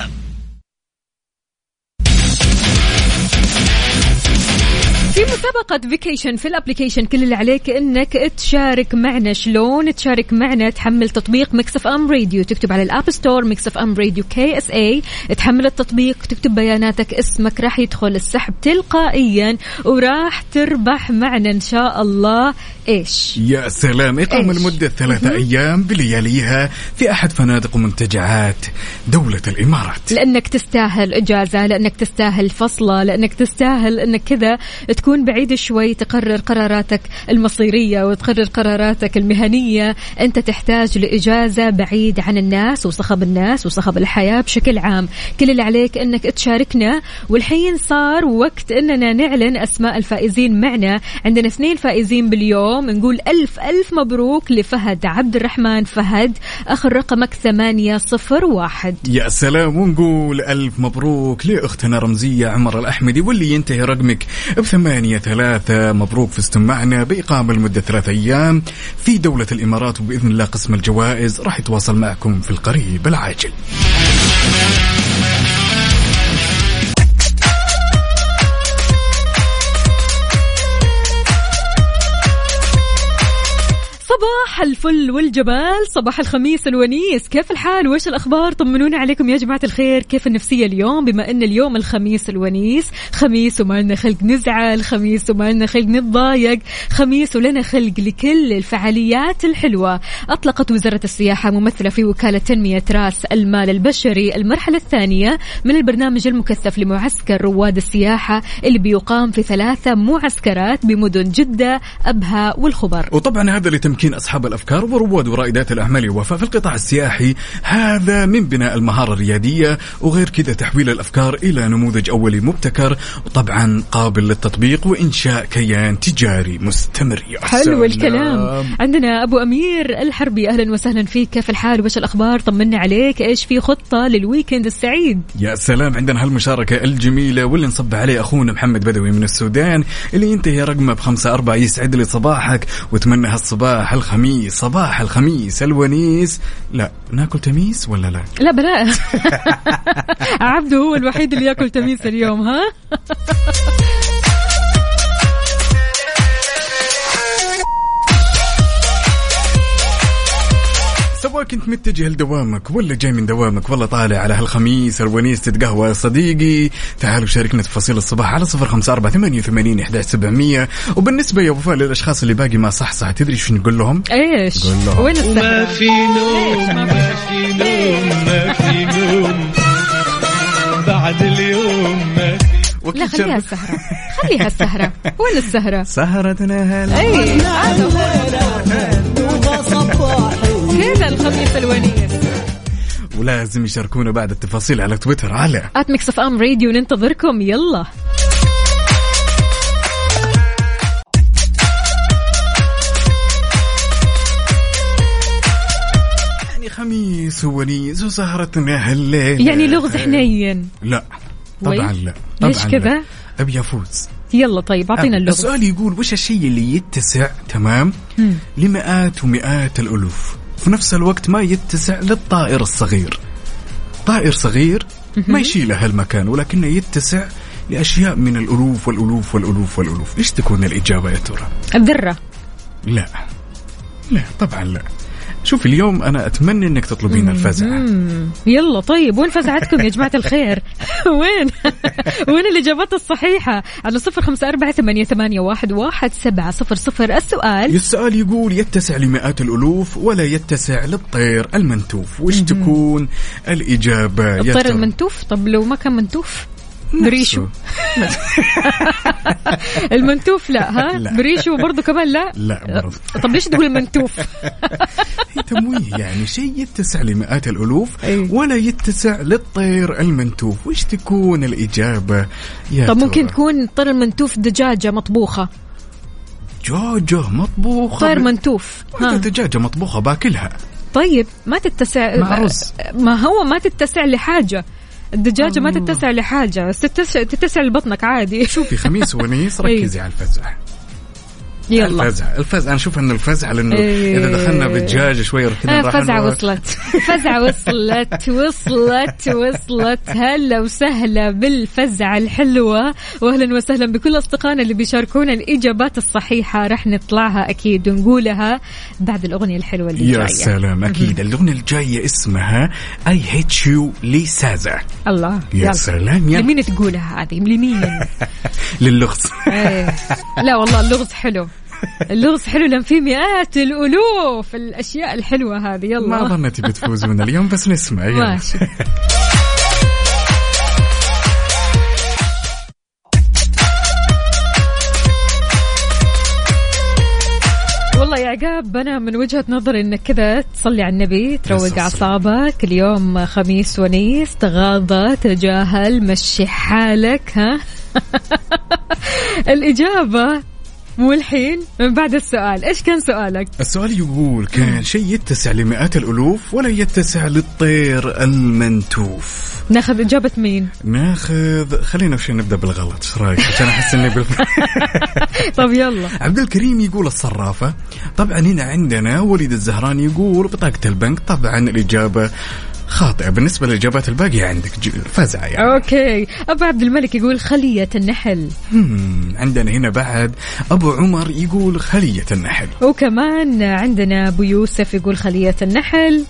في مسابقة فيكيشن في الابليكيشن كل اللي عليك انك تشارك معنا. شلون تشارك معنا؟ تحمل تطبيق ميكس اف ام راديو، تكتب على الاب ستور ميكس اف ام راديو كي اس اي، تحمل التطبيق، تكتب بياناتك اسمك، راح يدخل السحب تلقائيا وراح تربح معنا ان شاء الله. ايش؟ يا سلام، إقامة لمدة ثلاثة أيام بلياليها في أحد فنادق ومنتجعات دولة الإمارات. لأنك تستاهل إجازة، لأنك تستاهل فصلة، لأنك تستاهل أنك كذا تكون بعيد شوي، تقرر قراراتك المصيرية وتقرر قراراتك المهنية. أنت تحتاج لإجازة بعيد عن الناس وصخب الناس وصخب الحياة بشكل عام. كل اللي عليك أنك تشاركنا، والحين صار وقت أننا نعلن أسماء الفائزين معنا. عندنا اثنين فائزين باليوم. نقول ألف ألف مبروك لفهد عبد الرحمن. فهد آخر رقمك ثمانية صفر واحد. يا سلام. ونقول ألف مبروك لأختنا رمزية عمر الأحمدي واللي ينتهي رقمك بثمانية ثلاثة. مبروك فزتم معنا بإقامة لمدة ثلاثة أيام في دولة الإمارات، وبإذن الله قسم الجوائز راح يتواصل معكم في القريب العاجل. صباح الفل والجمال، صباح الخميس الونيس. كيف الحال وإيش الأخبار؟ طمنونا عليكم يا جماعة الخير. كيف النفسية اليوم بما أن اليوم الخميس الونيس؟ خميس وما لنا خلق نزعل، خميس وما لنا خلق نتضايق، خميس ولنا خلق لكل الفعاليات الحلوة. أطلقت وزارة السياحة ممثلة في وكالة تنمية رأس المال البشري المرحلة الثانية من البرنامج المكثف لمعسكر رواد السياحة اللي بيقام في ثلاثة معسكرات بمدن جدة، أبها والخبر. وطبعا هذا لتمكين أصحاب الأفكار ورواد ورائدات الأعمال وفاء في القطاع السياحي، هذا من بناء المهارة الريادية وغير كذا تحويل الأفكار إلى نموذج أولي مبتكر وطبعا قابل للتطبيق وإنشاء كيان تجاري مستمر. حلو الكلام. عندنا أبو أمير الحربي، أهلا وسهلا فيك. كيف الحال وإيش الأخبار؟ طمنا عليك. إيش في خطة للويكند السعيد؟ يا سلام، عندنا هالمشاركة الجميلة واللي نصب عليه أخونا محمد بدوي من السودان اللي ينتهي رقمه بخمسة أربعة. يسعد لي صباحك وتمنى هالصباح الخميس الخميس، صباح الخميس الونيس. لا ناكل تميس ولا لا؟ لا بلا عبده هو الوحيد اللي ياكل تميس اليوم. ها سواء كنت متجه لدوامك ولا جاي من دوامك والله طالع على هالخميس الونيس تتقهوى يا صديقي، تعالوا شاركنا تفاصيل الصباح على صفر خمسة أربعة ثمانية وثمانين أحد عشر سبعمية. وبالنسبة يا وفاء للأشخاص اللي باقي ما صح صح تدري شو نقول لهم؟ إيش؟ قول لهم وين السهرة؟ ما في نوم ما في نوم ما في نوم بعد اليوم ما في. لا خليها السهرة، خليها السهرة. وين السهرة؟ سهرتنا هلا. أي كذا الخميس الونيس. ولازم يشاركونا بعد التفاصيل على تويتر على آت ميكس اف ام راديو. ننتظركم يلا. يعني خميس ونيس وسهرتنا هالليل، يعني لغز حنين. لا طبعا لا. طبعا ليش كذا؟ أبي أفوز. يلا طيب أعطينا اللغز. السؤال يقول وش الشيء اللي يتسع تمام مم. لمئات ومئات الألوف في نفس الوقت ما يتسع للطائر الصغير. طائر صغير ما يشيله هالمكان ولكنه يتسع لأشياء من الألوف والألوف والألوف والألوف. إيش تكون الإجابة يا ترى؟ الذرة. لا لا طبعا لا. شوف اليوم أنا أتمنى أنك تطلبين الفزعة. يلا طيب وين فزعتكم يا جماعة الخير؟ وين وين الإجابات الصحيحة؟ على صفر خمسة أربعة ثمانية ثمانية واحد واحد سبعة صفر صفر. السؤال السؤال يقول يتسع لمئات الألوف ولا يتسع للطير المنتوف. وش تكون الإجابة؟ الطير المنتوف. طب لو ما كان منتوف بريشو. المنتوف لا. ها لا. بريشو برضو كمان لا. لا برضو. طب ليش تقول المنتوف؟ تمويه يعني شيء يتسع لمئات الألوف ولا يتسع للطير المنتوف. وش تكون الإجابة يا طب ترى؟ ممكن تكون الطير المنتوف دجاجة مطبوخة. دجاجة مطبوخة. طير منتوف. ها دجاجة مطبوخة باكلها. طيب ما تتسع مع رز. ما هو ما تتسع لحاجة. الدجاجة ما تتسع لحاجة، تتسع, تتسع لبطنك عادي. شوفي خميس ونيس ركزي على الفزعة. يلا الفزعة الفزعة أنا أشوف أن الفزعة لأنه إيه. إذا دخلنا بالدجاج شوي ركنا راح الفزعة وصلت. الفزعة وصلت وصلت وصلت. هلا وسهلا بالفزعة الحلوة وأهلا وسهلا بكل أصدقائنا اللي بيشاركونا الإجابات الصحيحة. رح نطلعها أكيد ونقولها بعد الأغنية الحلوة اللي جاية. يا سلام أكيد. الأغنية الجاية اسمها I Hate You لسازا. الله يا سلام. يا لمين تقولها هذه؟ لمين؟ للغز. لا والله اللغز حلو. اللغز حلو لأن في مئات الألوف الأشياء الحلوة هذه. يلا ما ظنيتي بتفوز من اليوم بس نسمع. ماشي. والله يا عقاب أنا من وجهة نظري إنك كذا تصلي على النبي، تروق أعصابك. اليوم خميس ونيس، تغاضى، تجاهل، مشي حالك. ها الإجابة مو الحين من بعد السؤال. إيش كان سؤالك؟ السؤال يقول كان شيء يتسع لمئات الألوف ولا يتسع للطير المنتوف. ناخذ إجابة مين؟ ناخذ خلينا وش نبدأ بالغلط. شو رأيك عشان أحس إني بال... طب يلا. عبد الكريم يقول الصرافة. طبعا هنا عندنا وليد الزهران يقول بطاقة البنك. طبعا الإجابة خاطئة. بالنسبة للإجابات الباقية عندك فزعة يعني. أوكي. أبو عبد الملك يقول خلية النحل. عندنا هنا بعد أبو عمر يقول خلية النحل. وكمان عندنا أبو يوسف يقول خلية النحل.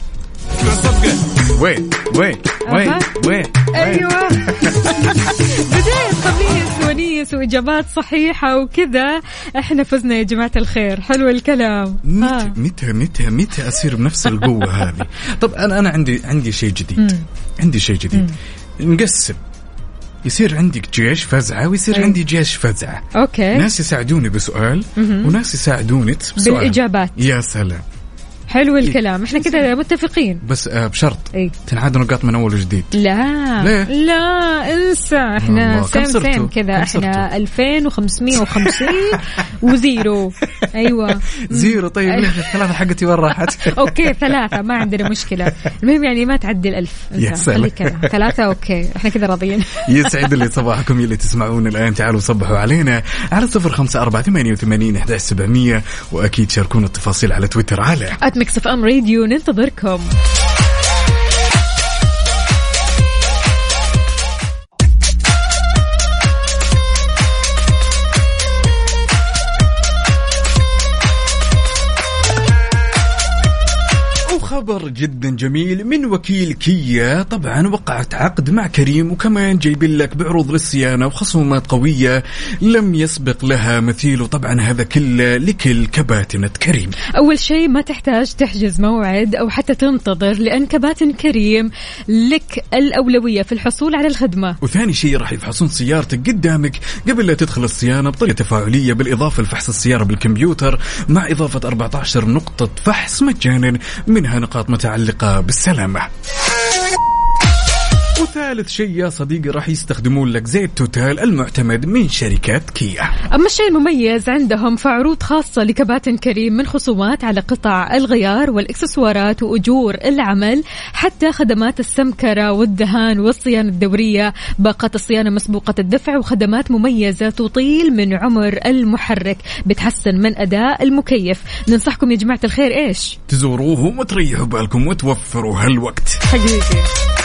وين وين وين وين أيوة. بداية خميس ونيس وإجابات صحيحة وكذا احنا فزنا يا جماعة الخير. حلو الكلام. متى متى متى متى أصير بنفس القوة هذه؟ طب أنا أنا عندي عندي شيء جديد. مم. عندي شيء جديد. مم. نقسم. يصير عندك جيش فزعة ويصير أي. عندي جيش فزعة. أوكي. ناس يساعدوني بسؤال مم. وناس يساعدوني بسؤال بالإجابات. يا سلام. حلو الكلام. احنا كده متفقين بس آه بشرط ايه؟ تنعاد نقاط من اول وجديد. لا ليه؟ لا انسى، احنا سيم سيم كذا، احنا ألفين وخمسمية وخمسين وزيرو. ايوه زيرو. طيب الثلاثة حقتي وين راحت؟ اوكي ثلاثة ما عندنا مشكلة، المهم يعني ما تعدي الألف. خلي كذا ثلاثة اوكي، احنا كذا راضيين. يسعد لي صباحكم اللي تسمعون الآن. تعالوا صبحوا علينا على صفر خمسة أربعة ثمانية وثمانين أحد عشر سبعمية، وأكيد شاركونا التفاصيل على تويتر على آت ميكس إف إم راديو. ننتظركم. خبر جدا جميل من وكيل كيا. طبعا وقعت عقد مع كريم، وكمان جايبين لك بعروض للصيانة وخصومات قوية لم يسبق لها مثيل. وطبعا هذا كله لكل كباتنة كريم. أول شيء ما تحتاج تحجز موعد أو حتى تنتظر، لأن كباتن كريم لك الأولوية في الحصول على الخدمة. وثاني شيء راح يفحصون سيارتك قدامك قبل لا تدخل الصيانة بطريقة تفاعلية، بالإضافة لفحص السيارة بالكمبيوتر مع إضافة أربعة عشر نقطة فحص مجانا، منها نقاط متعلقة بالسلامة. وثالث شيء يا صديقي راح يستخدمون لك زيت توتال المعتمد من شركة كيا. أما الشيء المميز عندهم فعروض خاصة لكباتن كريم، من خصومات على قطع الغيار والإكسسوارات وأجور العمل، حتى خدمات السمكرة والدهان والصيانة الدورية، باقات الصيانة مسبوقة الدفع، وخدمات مميزة تطيل من عمر المحرك بتحسن من أداء المكيف. ننصحكم يا جماعة الخير إيش؟ تزوروهم وتريحوا بالكم وتوفروا هالوقت حقيقي.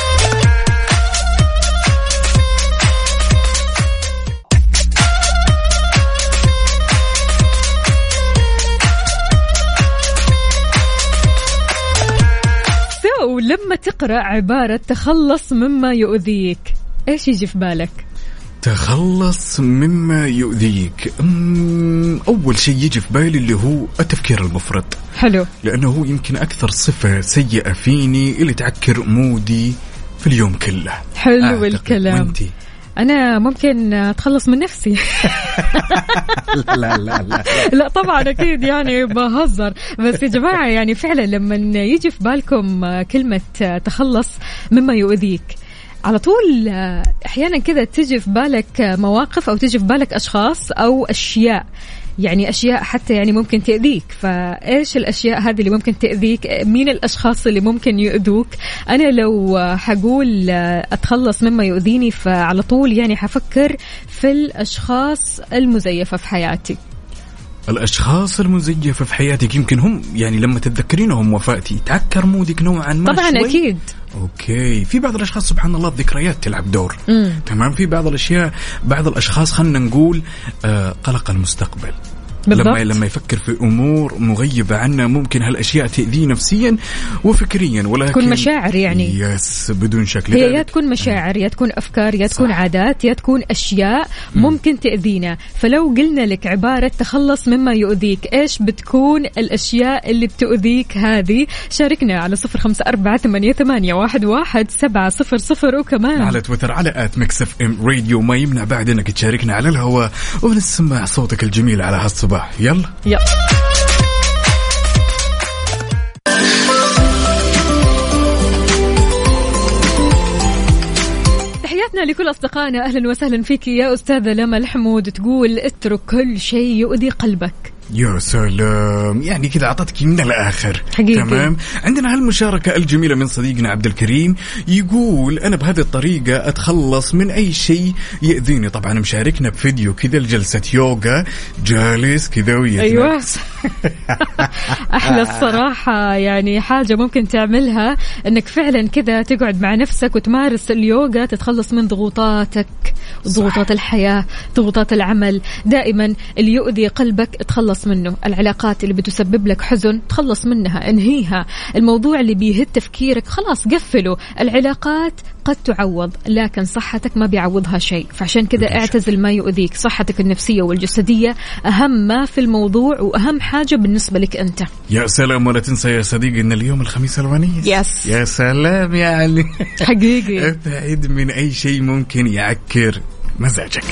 ولما تقرأ عبارة تخلص مما يؤذيك، إيش يجي في بالك؟ تخلص مما يؤذيك، أول شيء يجي في بالي اللي هو التفكير المفرط. حلو. لأنه هو يمكن أكثر صفة سيئة فيني اللي تعكر مودي في اليوم كله. حلو الكلام. وانتي؟ أنا ممكن أتخلص من نفسي. لا لا لا لا لا طبعا أكيد يعني بهزر، بس يا جماعة يعني فعلا لما يجي في بالكم كلمة تخلص مما يؤذيك، على طول أحيانا كذا تجي في بالك مواقف أو تجي في بالك أشخاص أو أشياء، يعني أشياء حتى يعني ممكن تأذيك. فإيش الأشياء هذه اللي ممكن تأذيك؟ مين الأشخاص اللي ممكن يؤذوك؟ أنا لو حقول أتخلص مما يؤذيني فعلى طول يعني حفكر في الأشخاص المزيفة في حياتي. الأشخاص المزيفة في حياتك يمكن هم يعني لما تتذكرينهم وفاتي تعكر مودك نوعا ما طبعا شوي. أكيد. أوكي. في بعض الأشخاص سبحان الله الذكريات تلعب دور. مم. تمام. في بعض الأشياء بعض الأشخاص خلنا نقول آه قلق المستقبل. بالضبط. لما لما يفكر في أمور مغيبة عنا ممكن هالأشياء تأذيه نفسيا وفكريا، ولكن تكون مشاعر يعني يس بدون شكل. هي يا تكون مشاعر يا تكون أفكار يا تكون صح. عادات يا تكون أشياء ممكن تأذينا. فلو قلنا لك عبارة تخلص مما يؤذيك، إيش بتكون الأشياء اللي بتؤذيك هذه؟ شاركنا على صفر خمسة أربعة ثمانية ثمانية واحد واحد سبعة صفر صفر، وكمان على تويتر على آت ميكس إف إم راديو. ما يمنع بعد إنك تشاركنا على الهواء ونسمع صوتك الجميل على هالصباح. يلا يلا تحياتنا لكل أصدقائنا، أهلا وسهلا فيك يا أستاذة لما الحمود. تقول اترك كل شيء يؤذي قلبك. يا سلام، يعني كذا أعطتك من الآخر. حقيقي. تمام. عندنا هالمشاركة الجميلة من صديقنا عبد الكريم، يقول أنا بهذه الطريقة أتخلص من أي شيء يأذيني. طبعا مشاركنا بفيديو كذا لجلسة يوغا جالس كذا ويتنفس. أيوة. أحلى الصراحة يعني حاجة ممكن تعملها إنك فعلا كذا تقعد مع نفسك وتمارس اليوغا، تتخلص من ضغوطاتك ضغوطات الحياة، ضغوطات العمل. دائما اللي يؤذي قلبك تخلص منه، العلاقات اللي بتسبب لك حزن تخلص منها، انهيها. الموضوع اللي بيهد تفكيرك خلاص قفله. العلاقات قد تعوض لكن صحتك ما بيعوضها شيء، فعشان كذا اعتزل ما يؤذيك. صحتك النفسية والجسدية أهم ما في الموضوع وأهم حاجة بالنسبة لك أنت. يا سلام. ولا تنسى يا صديقي إن اليوم الخميس الونيس. يس. يا سلام يعني. حقيقي. ابعد من أي شيء ممكن يعكر مزاجك.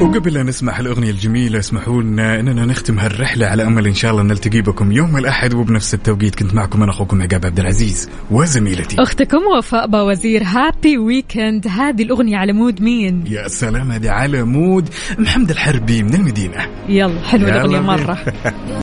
وقبل لا نسمع الأغنية الجميلة اسمحوا لنا أننا نختم هالرحلة على أمل إن شاء الله نلتقي بكم يوم الأحد وبنفس التوقيت. كنت معكم أنا أخوكم عقاب عبد العزيز وزميلتي أختكم وفاء باوزير. هابي ويكند. هذه الأغنية على مود مين؟ يا سلام، هذه على مود محمد الحربي من المدينة. يلا حلوة الأغنية مرة.